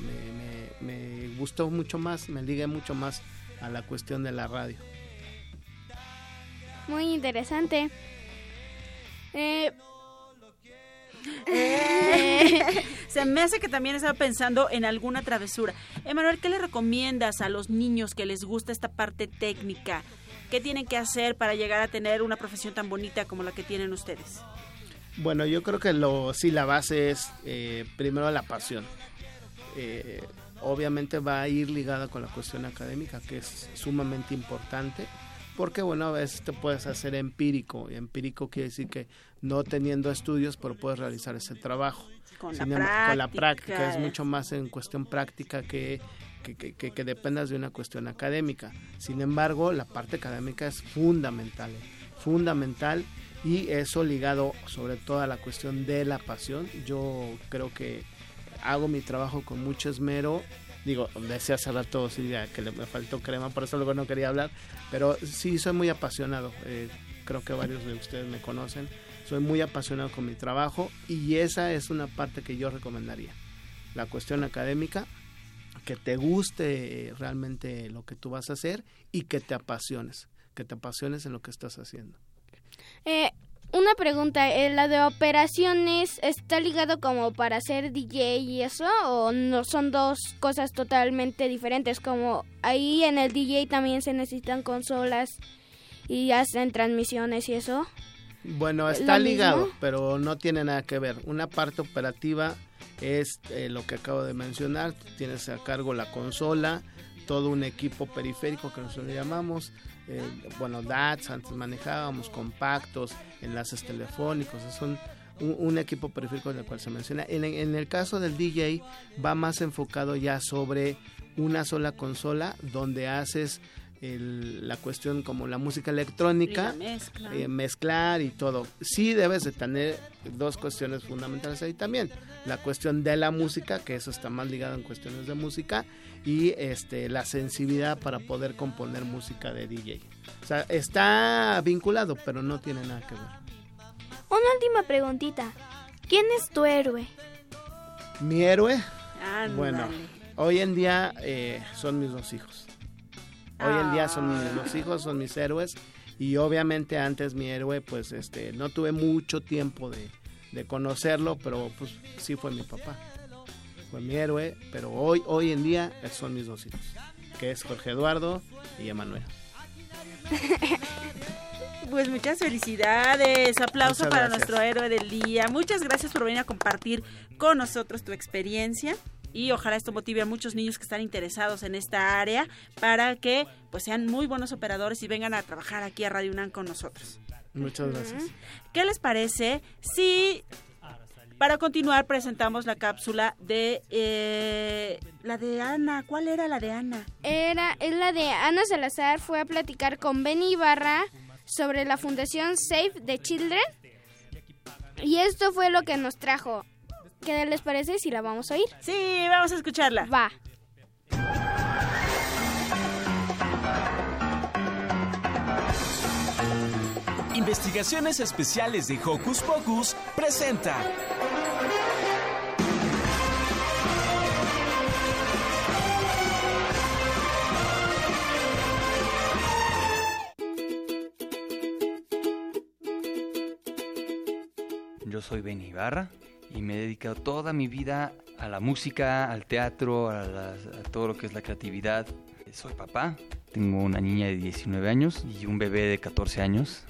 me, me, me, me gustó mucho más, me ligué mucho más a la cuestión de la radio. Muy interesante. Eh... Eh, se me hace que también estaba pensando en alguna travesura. Emanuel, ¿qué le recomiendas a los niños que les gusta esta parte técnica? ¿Qué tienen que hacer para llegar a tener una profesión tan bonita como la que tienen ustedes? Bueno, yo creo que lo sí la base es eh, primero la pasión. Eh, obviamente va a ir ligada con la cuestión académica, que es sumamente importante. Porque bueno, a veces te puedes hacer empírico, y empírico quiere decir que no teniendo estudios, pero puedes realizar ese trabajo. Con, Sin la, em- práctica. con la práctica, es mucho más en cuestión práctica que, que, que, que, que dependas de una cuestión académica. Sin embargo, la parte académica es fundamental, fundamental, y eso ligado sobre todo a la cuestión de la pasión. Yo creo que hago mi trabajo con mucho esmero. Digo, decía hace rato Silvia que le, me faltó crema, por eso luego no quería hablar, pero sí soy muy apasionado, eh, creo que varios de ustedes me conocen, soy muy apasionado con mi trabajo y esa es una parte que yo recomendaría, la cuestión académica, que te guste realmente lo que tú vas a hacer y que te apasiones, que te apasiones en lo que estás haciendo. Eh, una pregunta, ¿eh, ¿la de operaciones está ligado como para ser D J y eso? ¿O no son dos cosas totalmente diferentes? Como ahí en el D J también se necesitan consolas y hacen transmisiones y eso. Bueno, está ¿Lo ligado, mismo? pero no tiene nada que ver. Una parte operativa es eh, lo que acabo de mencionar. Tienes a cargo la consola, todo un equipo periférico que nosotros le llamamos. Eh, bueno, D A Ts, antes manejábamos compactos, enlaces telefónicos, son un, un equipo periférico del cual se menciona. En, en el caso del D J va más enfocado ya sobre una sola consola donde haces el, la cuestión como la música electrónica, Y la mezcla. eh, mezclar y todo. Sí debes de tener dos cuestiones fundamentales ahí también. La cuestión de la música, que eso está más ligado en cuestiones de música, y este la sensibilidad para poder componer música de D J. O sea, está vinculado, pero no tiene nada que ver. Una última preguntita. ¿Quién es tu héroe? Mi héroe, Ándale. bueno, hoy en día eh, son mis dos hijos. Hoy en día son mis dos hijos, son mis héroes. Y obviamente antes mi héroe, pues este no tuve mucho tiempo de, de conocerlo, pero pues sí fue mi papá. Fue mi héroe, pero hoy, hoy en día son mis dos hijos, que es Jorge Eduardo y Emanuel. Pues muchas felicidades, aplauso Muchas para gracias. nuestro héroe del día. Muchas gracias por venir a compartir con nosotros tu experiencia y ojalá esto motive a muchos niños que están interesados en esta área para que pues sean muy buenos operadores y vengan a trabajar aquí a Radio UNAM con nosotros. Muchas gracias. ¿Qué les parece si para continuar presentamos la cápsula de eh, la de Ana? ¿Cuál era la de Ana? Era, es la de Ana Salazar, fue a platicar con Benny Ibarra sobre la fundación Save the Children. Y esto fue lo que nos trajo. ¿Qué les parece si la vamos a oír? Sí, vamos a escucharla. Va. Investigaciones Especiales de Hocus Pocus presenta. Yo soy Benny Ibarra y me he dedicado toda mi vida a la música, al teatro, a, la- a todo lo que es la creatividad. Soy papá, tengo una niña de diecinueve años y un bebé de catorce años.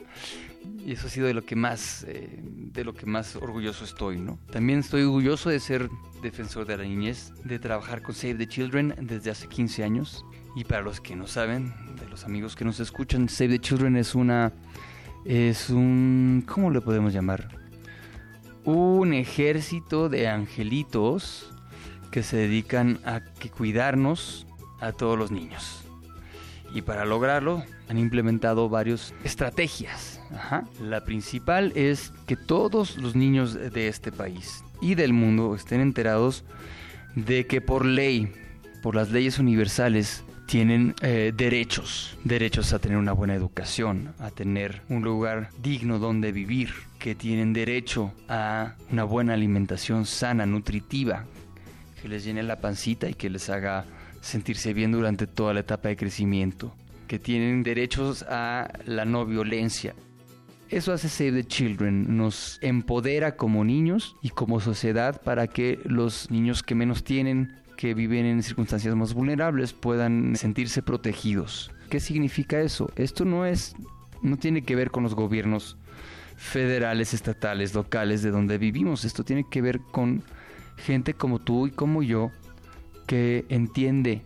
Y eso ha sido de lo que más, eh, de lo que más orgulloso estoy, ¿no? También estoy orgulloso de ser defensor de la niñez, de trabajar con Save the Children desde hace quince años. Y para los que no saben, de los amigos que nos escuchan, Save the Children es una, es un, ¿cómo le podemos llamar? Un ejército de angelitos que se dedican a que cuidarnos a todos los niños. Y para lograrlo han implementado varias estrategias. Ajá. La principal es que todos los niños de este país y del mundo estén enterados de que por ley, por las leyes universales, tienen eh, derechos, derechos a tener una buena educación, a tener un lugar digno donde vivir, que tienen derecho a una buena alimentación sana, nutritiva, que les llene la pancita y que les haga sentirse bien durante toda la etapa de crecimiento, que tienen derechos a la no violencia. Eso hace Save the Children, nos empodera como niños y como sociedad para que los niños que menos tienen, que viven en circunstancias más vulnerables, puedan sentirse protegidos. ¿Qué significa eso? Esto no es, no tiene que ver con los gobiernos federales, estatales, locales de donde vivimos. Esto tiene que ver con gente como tú y como yo, que entiende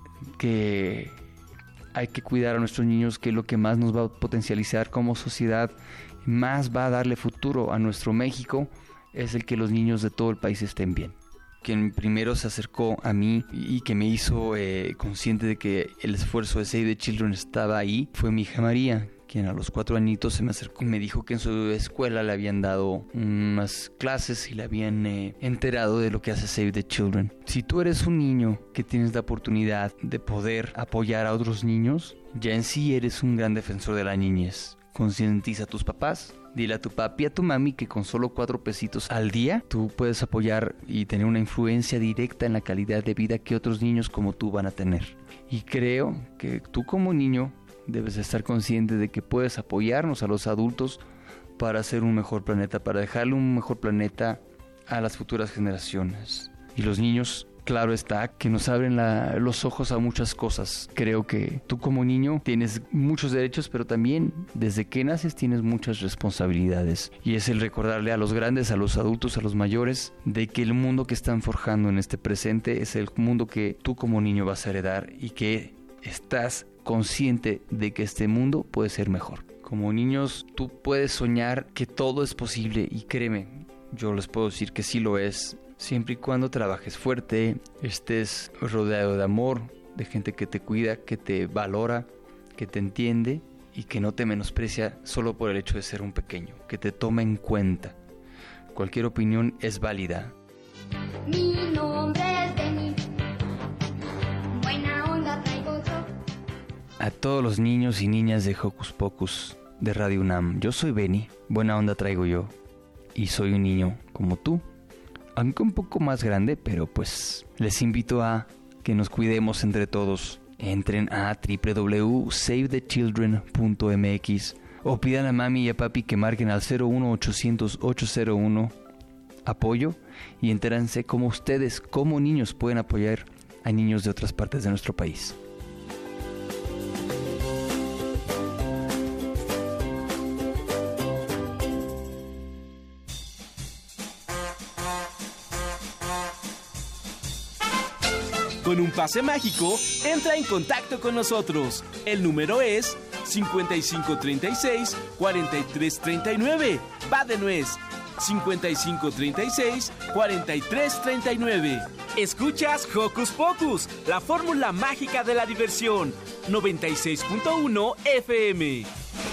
que hay que cuidar a nuestros niños, que es lo que más nos va a potencializar como sociedad, más va a darle futuro a nuestro México, es el que los niños de todo el país estén bien. Quien primero se acercó a mí y que me hizo eh, consciente de que el esfuerzo de Save the Children estaba ahí fue mi hija María, quien a los cuatro añitos se me acercó y me dijo que en su escuela le habían dado unas clases y le habían eh, enterado de lo que hace Save the Children. Si tú eres un niño que tienes la oportunidad de poder apoyar a otros niños, ya en sí eres un gran defensor de la niñez. Concientiza a tus papás. Dile a tu papi y a tu mami que con solo cuatro pesitos al día tú puedes apoyar y tener una influencia directa en la calidad de vida que otros niños como tú van a tener. Y creo que tú como niño debes estar consciente de que puedes apoyarnos a los adultos para hacer un mejor planeta, para dejarle un mejor planeta a las futuras generaciones. Y los niños, claro está, que nos abren la, los ojos a muchas cosas. Creo que tú como niño tienes muchos derechos, pero también desde que naces tienes muchas responsabilidades. Y es el recordarle a los grandes, a los adultos, a los mayores, de que el mundo que están forjando en este presente es el mundo que tú como niño vas a heredar y que estás consciente de que este mundo puede ser mejor. Como niños tú puedes soñar que todo es posible y créeme, yo les puedo decir que sí lo es. Siempre y cuando trabajes fuerte, estés rodeado de amor, de gente que te cuida, que te valora, que te entiende y que no te menosprecia solo por el hecho de ser un pequeño, que te toma en cuenta. Cualquier opinión es válida. Mi nombre es Benny. Buena onda traigo yo. A todos los niños y niñas de Hocus Pocus de Radio UNAM, yo soy Benny, buena onda traigo yo y soy un niño como tú. Aunque un poco más grande, pero pues les invito a que nos cuidemos entre todos. Entren a doble u doble u doble u punto save the children punto m x o pidan a mami y a papi que marquen al cero uno ochocientos ocho cero uno apoyo y entérense cómo ustedes, como niños, pueden apoyar a niños de otras partes de nuestro país. Con un pase mágico, entra en contacto con nosotros. El número es cincuenta y cinco treinta y seis, cuarenta y tres treinta y nueve. Va de nuez. cincuenta y cinco treinta y seis, cuarenta y tres treinta y nueve. Escuchas Hocus Pocus, la fórmula mágica de la diversión. noventa y seis punto uno F M.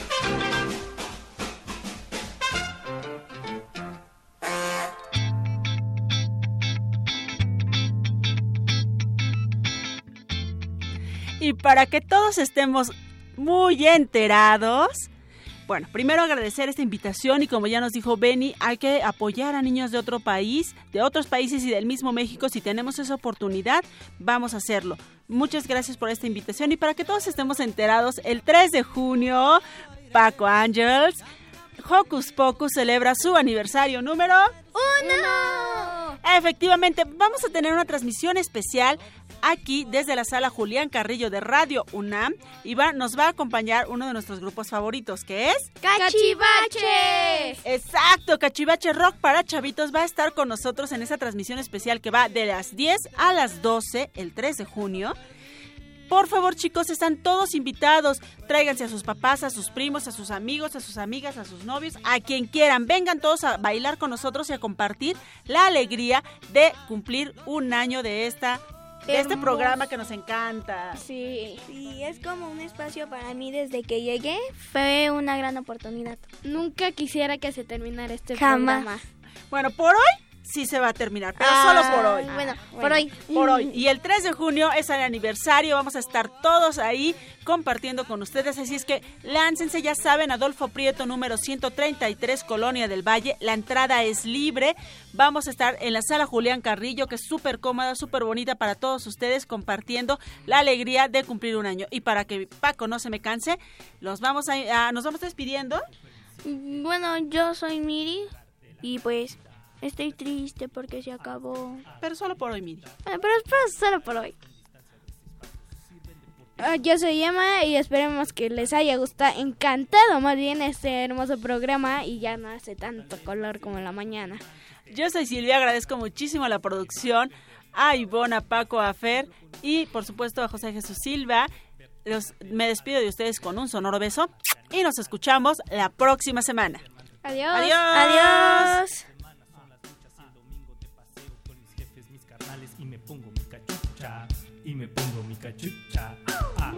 Y para que todos estemos muy enterados, bueno, primero agradecer esta invitación y como ya nos dijo Benny, hay que apoyar a niños de otro país, de otros países y del mismo México. Si tenemos esa oportunidad, vamos a hacerlo. Muchas gracias por esta invitación y para que todos estemos enterados, el tres de junio, Paco Ángels, Hocus Pocus celebra su aniversario número uno. Efectivamente, vamos a tener una transmisión especial aquí desde la sala Julián Carrillo de Radio UNAM y va, nos va a acompañar uno de nuestros grupos favoritos, que es ¡Cachivache! Exacto, Cachivache Rock para chavitos va a estar con nosotros en esa transmisión especial que va de las diez a las doce el tres de junio. Por favor, chicos, están todos invitados. Tráiganse a sus papás, a sus primos, a sus amigos, a sus amigas, a sus novios, a quien quieran. Vengan todos a bailar con nosotros y a compartir la alegría de cumplir un año de esta de este programa que nos encanta. Sí. Sí, es como un espacio para mí desde que llegué. Fue una gran oportunidad. Nunca quisiera que se terminara este Jamás. programa. Bueno, por hoy sí se va a terminar, pero Ah, solo por hoy. bueno, Ah, por hoy. Por hoy. Y el tres de junio es el aniversario, vamos a estar todos ahí compartiendo con ustedes, así es que láncense, ya saben, Adolfo Prieto número ciento treinta y tres, Colonia del Valle, la entrada es libre, vamos a estar en la sala Julián Carrillo, que es súper cómoda, súper bonita para todos ustedes, compartiendo la alegría de cumplir un año. Y para que Paco no se me canse, los vamos a, a, nos vamos despidiendo. Bueno, yo soy Miri y pues estoy triste porque se acabó. Pero solo por hoy, Miri. Eh, pero, pero solo por hoy. Ah, yo soy Emma y esperemos que les haya gustado, encantado más bien este hermoso programa y ya no hace tanto color como en la mañana. Yo soy Silvia, agradezco muchísimo a la producción, a Ivonne, a Paco, a Fer y por supuesto a José Jesús Silva. Los, me despido de ustedes con un sonoro beso y nos escuchamos la próxima semana. Adiós. Adiós. Adiós. Y me pongo mi cachucha, y me pongo mi cachucha. Ah.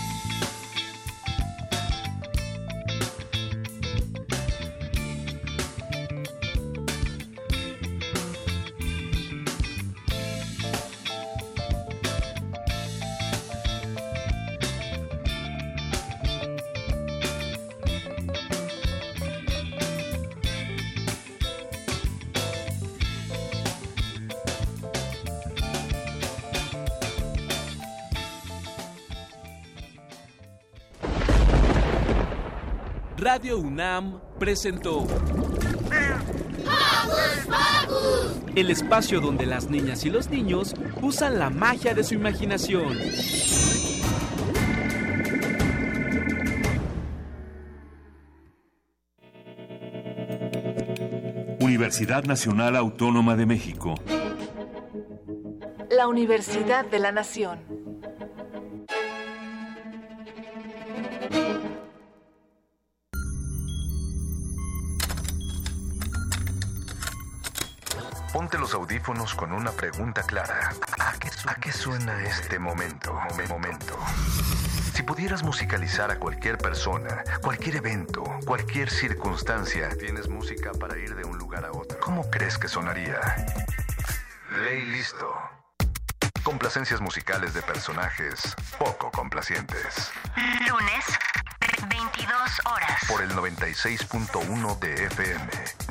Radio UNAM presentó ¡Hocus Pocus! el espacio donde las niñas y los niños usan la magia de su imaginación. Universidad Nacional Autónoma de México. La Universidad de la Nación. Ponte los audífonos con una pregunta clara. ¿A qué, su- a qué suena este momento? Momen- Momento. Si pudieras musicalizar a cualquier persona, cualquier evento, cualquier circunstancia, tienes música para ir de un lugar a otro, ¿cómo crees que sonaría? Ley listo. Complacencias musicales de personajes poco complacientes. Lunes, veintidós horas. Por el noventa y seis punto uno de F M.